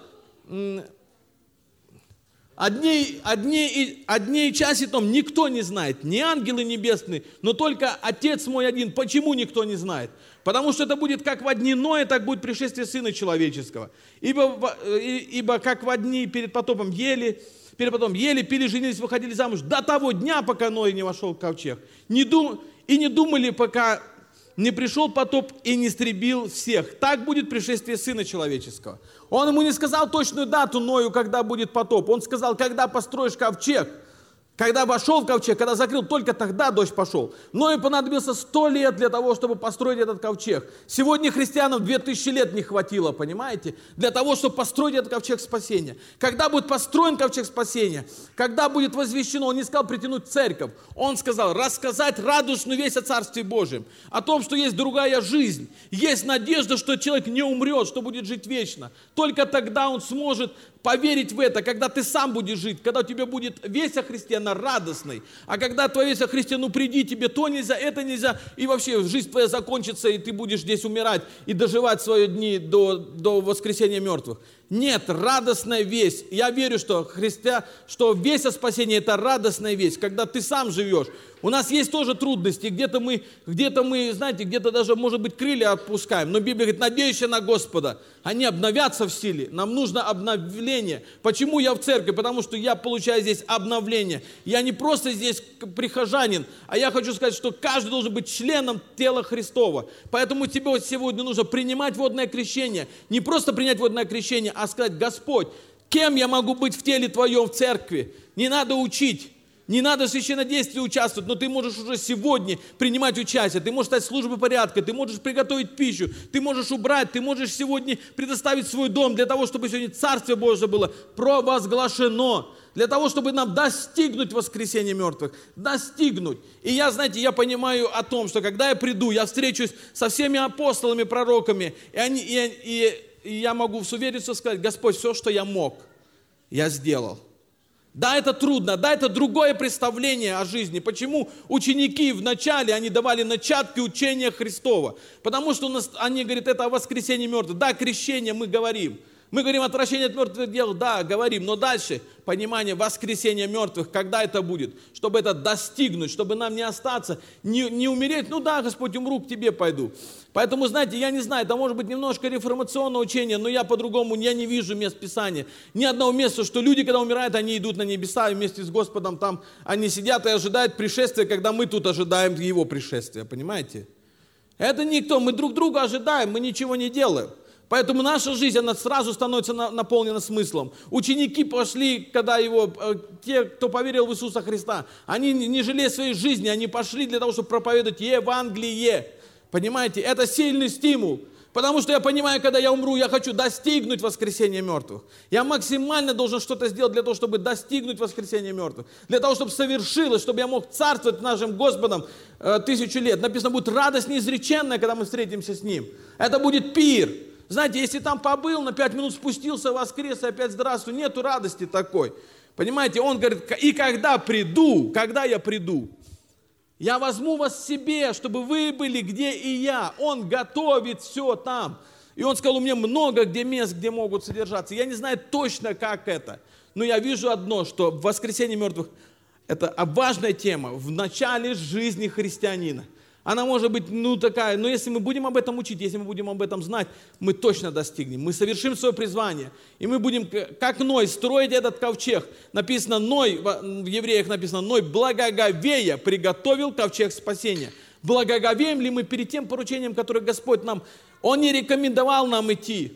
О дне, о дне, о дне и часе том никто не знает, ни ангелы небесные, но только Отец мой один. Почему никто не знает? Потому что это будет как во дни Ноя, так будет пришествие Сына Человеческого. Ибо, ибо как во дни перед потопом ели, перед потопом ели, пили, женились, выходили замуж до того дня, пока Ной не вошел в ковчег. Не дум, и не думали, пока не пришел потоп и не истребил всех. Так будет пришествие Сына Человеческого. Он ему не сказал точную дату Ною, когда будет потоп. Он сказал: когда построишь ковчег, когда вошел в ковчег, когда закрыл, только тогда дождь пошел. Ною понадобился сто лет для того, чтобы построить этот ковчег. Сегодня христианам две тысячи лет не хватило, понимаете? Для того, чтобы построить этот ковчег спасения. Когда будет построен ковчег спасения, когда будет возвещено, он не сказал притянуть церковь. Он сказал рассказать радостную весть о Царстве Божьем. О том, что есть другая жизнь. Есть надежда, что человек не умрет, что будет жить вечно. Только тогда он сможет поверить в это, когда ты сам будешь жить, когда у тебя будет весть о Христе, она радостной. А когда твоя весть о Христе: ну приди, тебе то нельзя, это нельзя, и вообще жизнь твоя закончится, и ты будешь здесь умирать и доживать свои дни до, до воскресения мертвых. Нет, радостная весть. Я верю, что, Христа, что весть о спасении – это радостная весть, когда ты сам живешь. У нас есть тоже трудности, где-то мы, где-то мы, знаете, где-то даже, может быть, крылья опускаем. Но Библия говорит: надеющие на Господа, они обновятся в силе. Нам нужно обновление. Почему я в церкви? Потому что я получаю здесь обновление. Я не просто здесь прихожанин, а я хочу сказать, что каждый должен быть членом тела Христова. Поэтому тебе сегодня нужно принимать водное крещение. Не просто принять водное крещение, а сказать: Господь, кем я могу быть в теле Твоем, в церкви? Не надо учить. Не надо в священнодействии участвовать, но ты можешь уже сегодня принимать участие. Ты можешь стать в службе порядка, ты можешь приготовить пищу, ты можешь убрать, ты можешь сегодня предоставить свой дом для того, чтобы сегодня Царствие Божие было провозглашено. Для того, чтобы нам достигнуть воскресения мертвых. Достигнуть. И я, знаете, я понимаю о том, что когда я приду, я встречусь со всеми апостолами, пророками, и, они, и, и, и я могу с уверенностью сказать: Господь, все, что я мог, я сделал. Да, это трудно, да, это другое представление о жизни. Почему ученики вначале, они давали начатки учения Христова? Потому что у нас, они говорят, это о воскресении мертвых. Да, крещение мы говорим. Мы говорим отвращение от мертвых дел, да, говорим. Но дальше понимание воскресения мертвых, когда это будет? Чтобы это достигнуть, чтобы нам не остаться, не, не умереть. Ну да, Господь, умру, к Тебе пойду. Поэтому, знаете, я не знаю, это может быть немножко реформационное учение, но я по-другому, я не вижу мест Писания. Ни одного места, что люди, когда умирают, они идут на небеса, и вместе с Господом там они сидят и ожидают пришествия, когда мы тут ожидаем Его пришествия, понимаете? Это никто, мы друг друга ожидаем, мы ничего не делаем. Поэтому наша жизнь, она сразу становится наполнена смыслом. Ученики пошли, когда его, те, кто поверил в Иисуса Христа, они не жалея своей жизни, они пошли для того, чтобы проповедовать Евангелие. Понимаете, это сильный стимул. Потому что я понимаю, когда я умру, я хочу достигнуть воскресения мертвых. Я максимально должен что-то сделать для того, чтобы достигнуть воскресения мертвых. Для того, чтобы совершилось, чтобы я мог царствовать нашим Господом э, тысячу лет. Написано, будет радость неизреченная, когда мы встретимся с Ним. Это будет пир. Знаете, если там побыл, на пять минут спустился, воскрес, и опять здравствуй, нету радости такой. Понимаете, он говорит, и когда приду, когда я приду, я возьму вас себе, чтобы вы были, где и я. Он готовит все там. И он сказал, у меня много где мест, где могут содержаться. Я не знаю точно, как это. Но я вижу одно, что воскресение мертвых – это важная тема в начале жизни христианина. Она может быть, ну, такая, но если мы будем об этом учить, если мы будем об этом знать, мы точно достигнем. Мы совершим свое призвание. И мы будем, как Ной, строить этот ковчег. Написано, Ной, в Евреях написано, Ной благоговея приготовил ковчег спасения. Благоговеем ли мы перед тем поручением, которое Господь нам, Он не рекомендовал нам идти.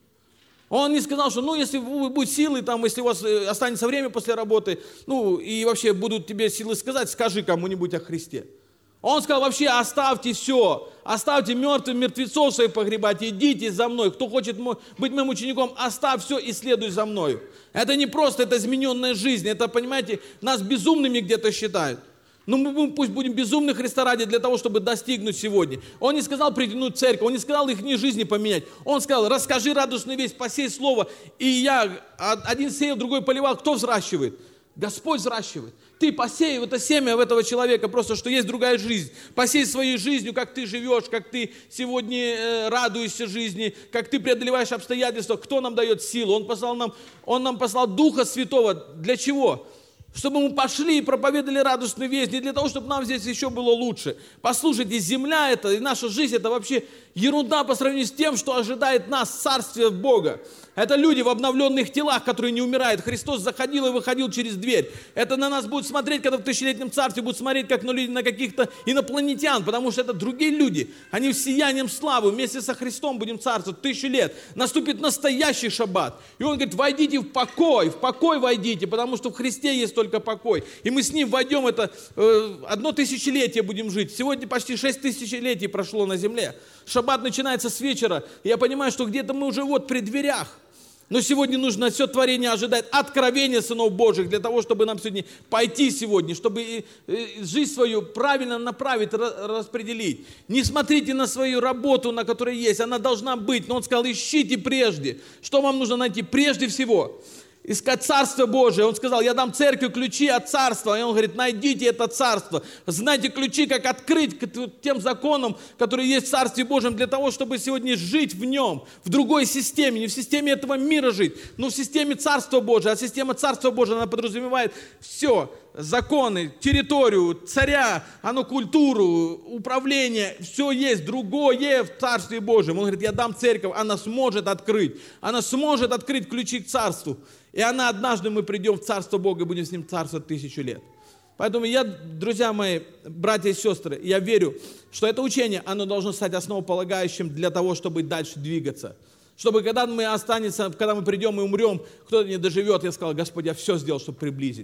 Он не сказал, что, ну, если будут силы, там, если у вас останется время после работы, ну, и вообще будут тебе силы сказать, скажи кому-нибудь о Христе. Он сказал, вообще оставьте все, оставьте мертвых мертвецов своих погребать, идите за мной. Кто хочет быть моим учеником, оставь все и следуй за мною. Это не просто, это измененная жизнь, это, понимаете, нас безумными где-то считают. Но мы пусть будем безумны Христа ради для того, чтобы достигнуть сегодня. Он не сказал притянуть церковь, он не сказал их не жизни поменять. Он сказал, расскажи радостную весть, посей слово. И я, один сеял, другой поливал. Кто взращивает? Господь взращивает. Ты посей в это семя в этого человека, просто что есть другая жизнь. Посей своей жизнью, как ты живешь, как ты сегодня э, радуешься жизни, как ты преодолеваешь обстоятельства. Кто нам дает силу? Он послал нам, Он нам послал Духа Святого. Для чего? Чтобы мы пошли и проповедовали радостную весть, не для того, чтобы нам здесь еще было лучше. Послушайте, земля это, и наша жизнь это вообще ерунда по сравнению с тем, что ожидает нас, царствие Бога. Это люди в обновленных телах, которые не умирают. Христос заходил и выходил через дверь. Это на нас будут смотреть, когда в тысячелетнем царстве будут смотреть, как на, на каких-то инопланетян, потому что это другие люди. Они с сиянием славы вместе со Христом будем царствовать тысячу лет. Наступит настоящий шаббат. И Он говорит, войдите в покой, в покой войдите, потому что в Христе есть только покой. И мы с Ним войдем, это э, одно тысячелетие будем жить. Сегодня почти шесть тысячелетий прошло на земле. Шаббат начинается с вечера. И я понимаю, что где-то мы уже вот при дверях. Но сегодня нужно все творение ожидать откровения сынов Божьих для того, чтобы нам сегодня пойти сегодня, чтобы жизнь свою правильно направить, распределить. Не смотрите на свою работу, на которой есть, она должна быть. Но Он сказал, ищите прежде. Что вам нужно найти? Прежде всего искать Царство Божие. Он сказал, я дам церкви ключи от Царства. И Он говорит, найдите это Царство. Знайте ключи, как открыть к тем законам, которые есть в Царстве Божьем, для того, чтобы сегодня жить в нем, в другой системе, не в системе этого мира жить, но в системе Царства Божия. А система Царства Божия, она подразумевает все. Законы, территорию, царя, оно культуру, управление, все есть другое в Царстве Божьем. Он говорит, я дам церковь, она сможет открыть, она сможет открыть ключи к Царству. И она однажды мы придем в Царство Бога и будем с Ним царствовать тысячу лет. Поэтому я, друзья мои, братья и сестры, я верю, что это учение, оно должно стать основополагающим для того, чтобы дальше двигаться. Чтобы когда мы останемся, когда мы придем и умрем, кто-то не доживет, я сказал, Господь, я все сделал, чтобы приблизить.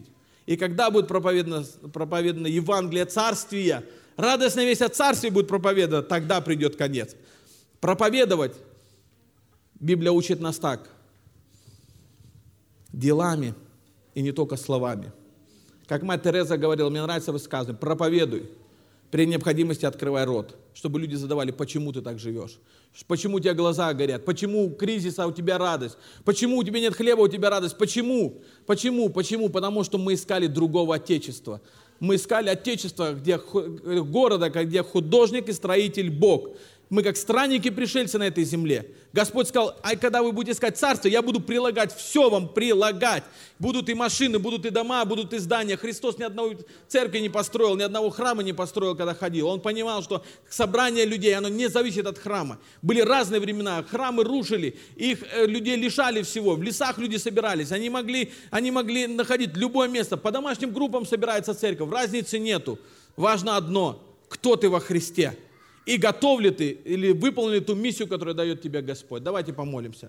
И когда будет проповедано, проповедано Евангелие Царствия, радостная весть о Царстве будет проповедана, тогда придет конец. Проповедовать, Библия учит нас так, делами и не только словами. Как мать Тереза говорила, мне нравится высказывание, проповедуй, при необходимости открывай рот, чтобы люди задавали, почему ты так живешь, почему у тебя глаза горят, почему кризис, а у тебя радость, почему у тебя нет хлеба, у тебя радость, почему, почему, почему, потому что мы искали другого отечества. Мы искали отечество, где, города, где художник и строитель Бог. Мы как странники-пришельцы на этой земле. Господь сказал, а когда вы будете искать царство, я буду прилагать, все вам прилагать. Будут и машины, будут и дома, будут и здания. Христос ни одной церкви не построил, ни одного храма не построил, когда ходил. Он понимал, что собрание людей, оно не зависит от храма. Были разные времена, храмы рушили, их э, людей лишали всего. В лесах люди собирались, они могли, они могли находить любое место. По домашним группам собирается церковь, разницы нету. Важно одно, кто ты во Христе. И готов ли ты, или выполнил ли ту миссию, которую дает тебе Господь. Давайте помолимся.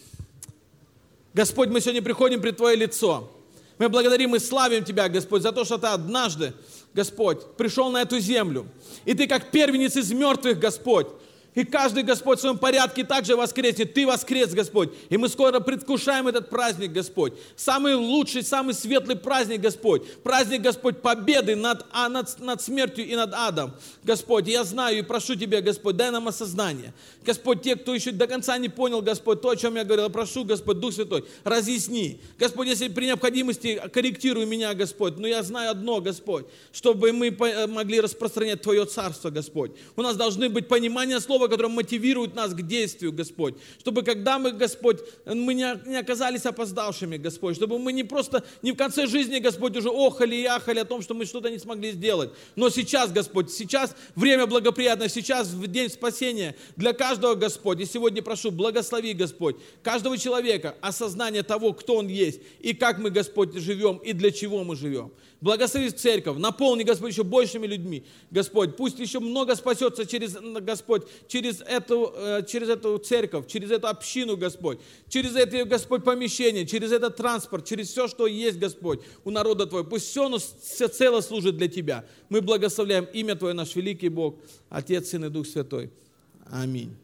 Господь, мы сегодня приходим пред Твое лицо. Мы благодарим и славим Тебя, Господь, за то, что Ты однажды, Господь, пришел на эту землю. И Ты как первенец из мертвых, Господь. И каждый, Господь, в своем порядке также воскреснет. Ты воскрес, Господь. И мы скоро предвкушаем этот праздник, Господь. Самый лучший, самый светлый праздник, Господь. Праздник, Господь, победы над, а, над, над смертью и над адом. Господь, я знаю и прошу Тебя, Господь, дай нам осознание. Господь, те, кто еще до конца не понял, Господь, то, о чем я говорил, прошу, Господь, Дух Святой, разъясни. Господь, если при необходимости корректируй меня, Господь. Но я знаю одно, Господь, чтобы мы могли распространять Твое Царство, Господь. У нас должны быть понимание слова, которое мотивирует нас к действию, Господь. Чтобы когда мы, Господь, мы не, не оказались опоздавшими, Господь. Чтобы мы не просто, не в конце жизни, Господь, уже охали и ахали о том, что мы что-то не смогли сделать. Но сейчас, Господь, сейчас время благоприятное, сейчас в день спасения для каждого, Господь. И сегодня прошу, благослови, Господь, каждого человека, осознание того, кто он есть, и как мы, Господь, живем, и для чего мы живем. Благослови церковь, наполни, Господь, еще большими людьми. Господь, пусть еще много спасется через, Господь, через эту, через эту церковь, через эту общину, Господь, через это, Господь, помещение, через этот транспорт, через все, что есть, Господь, у народа Твоего. Пусть все, оно все цело служит для Тебя. Мы благословляем имя Твое, наш великий Бог, Отец, Сын и Дух Святой. Аминь.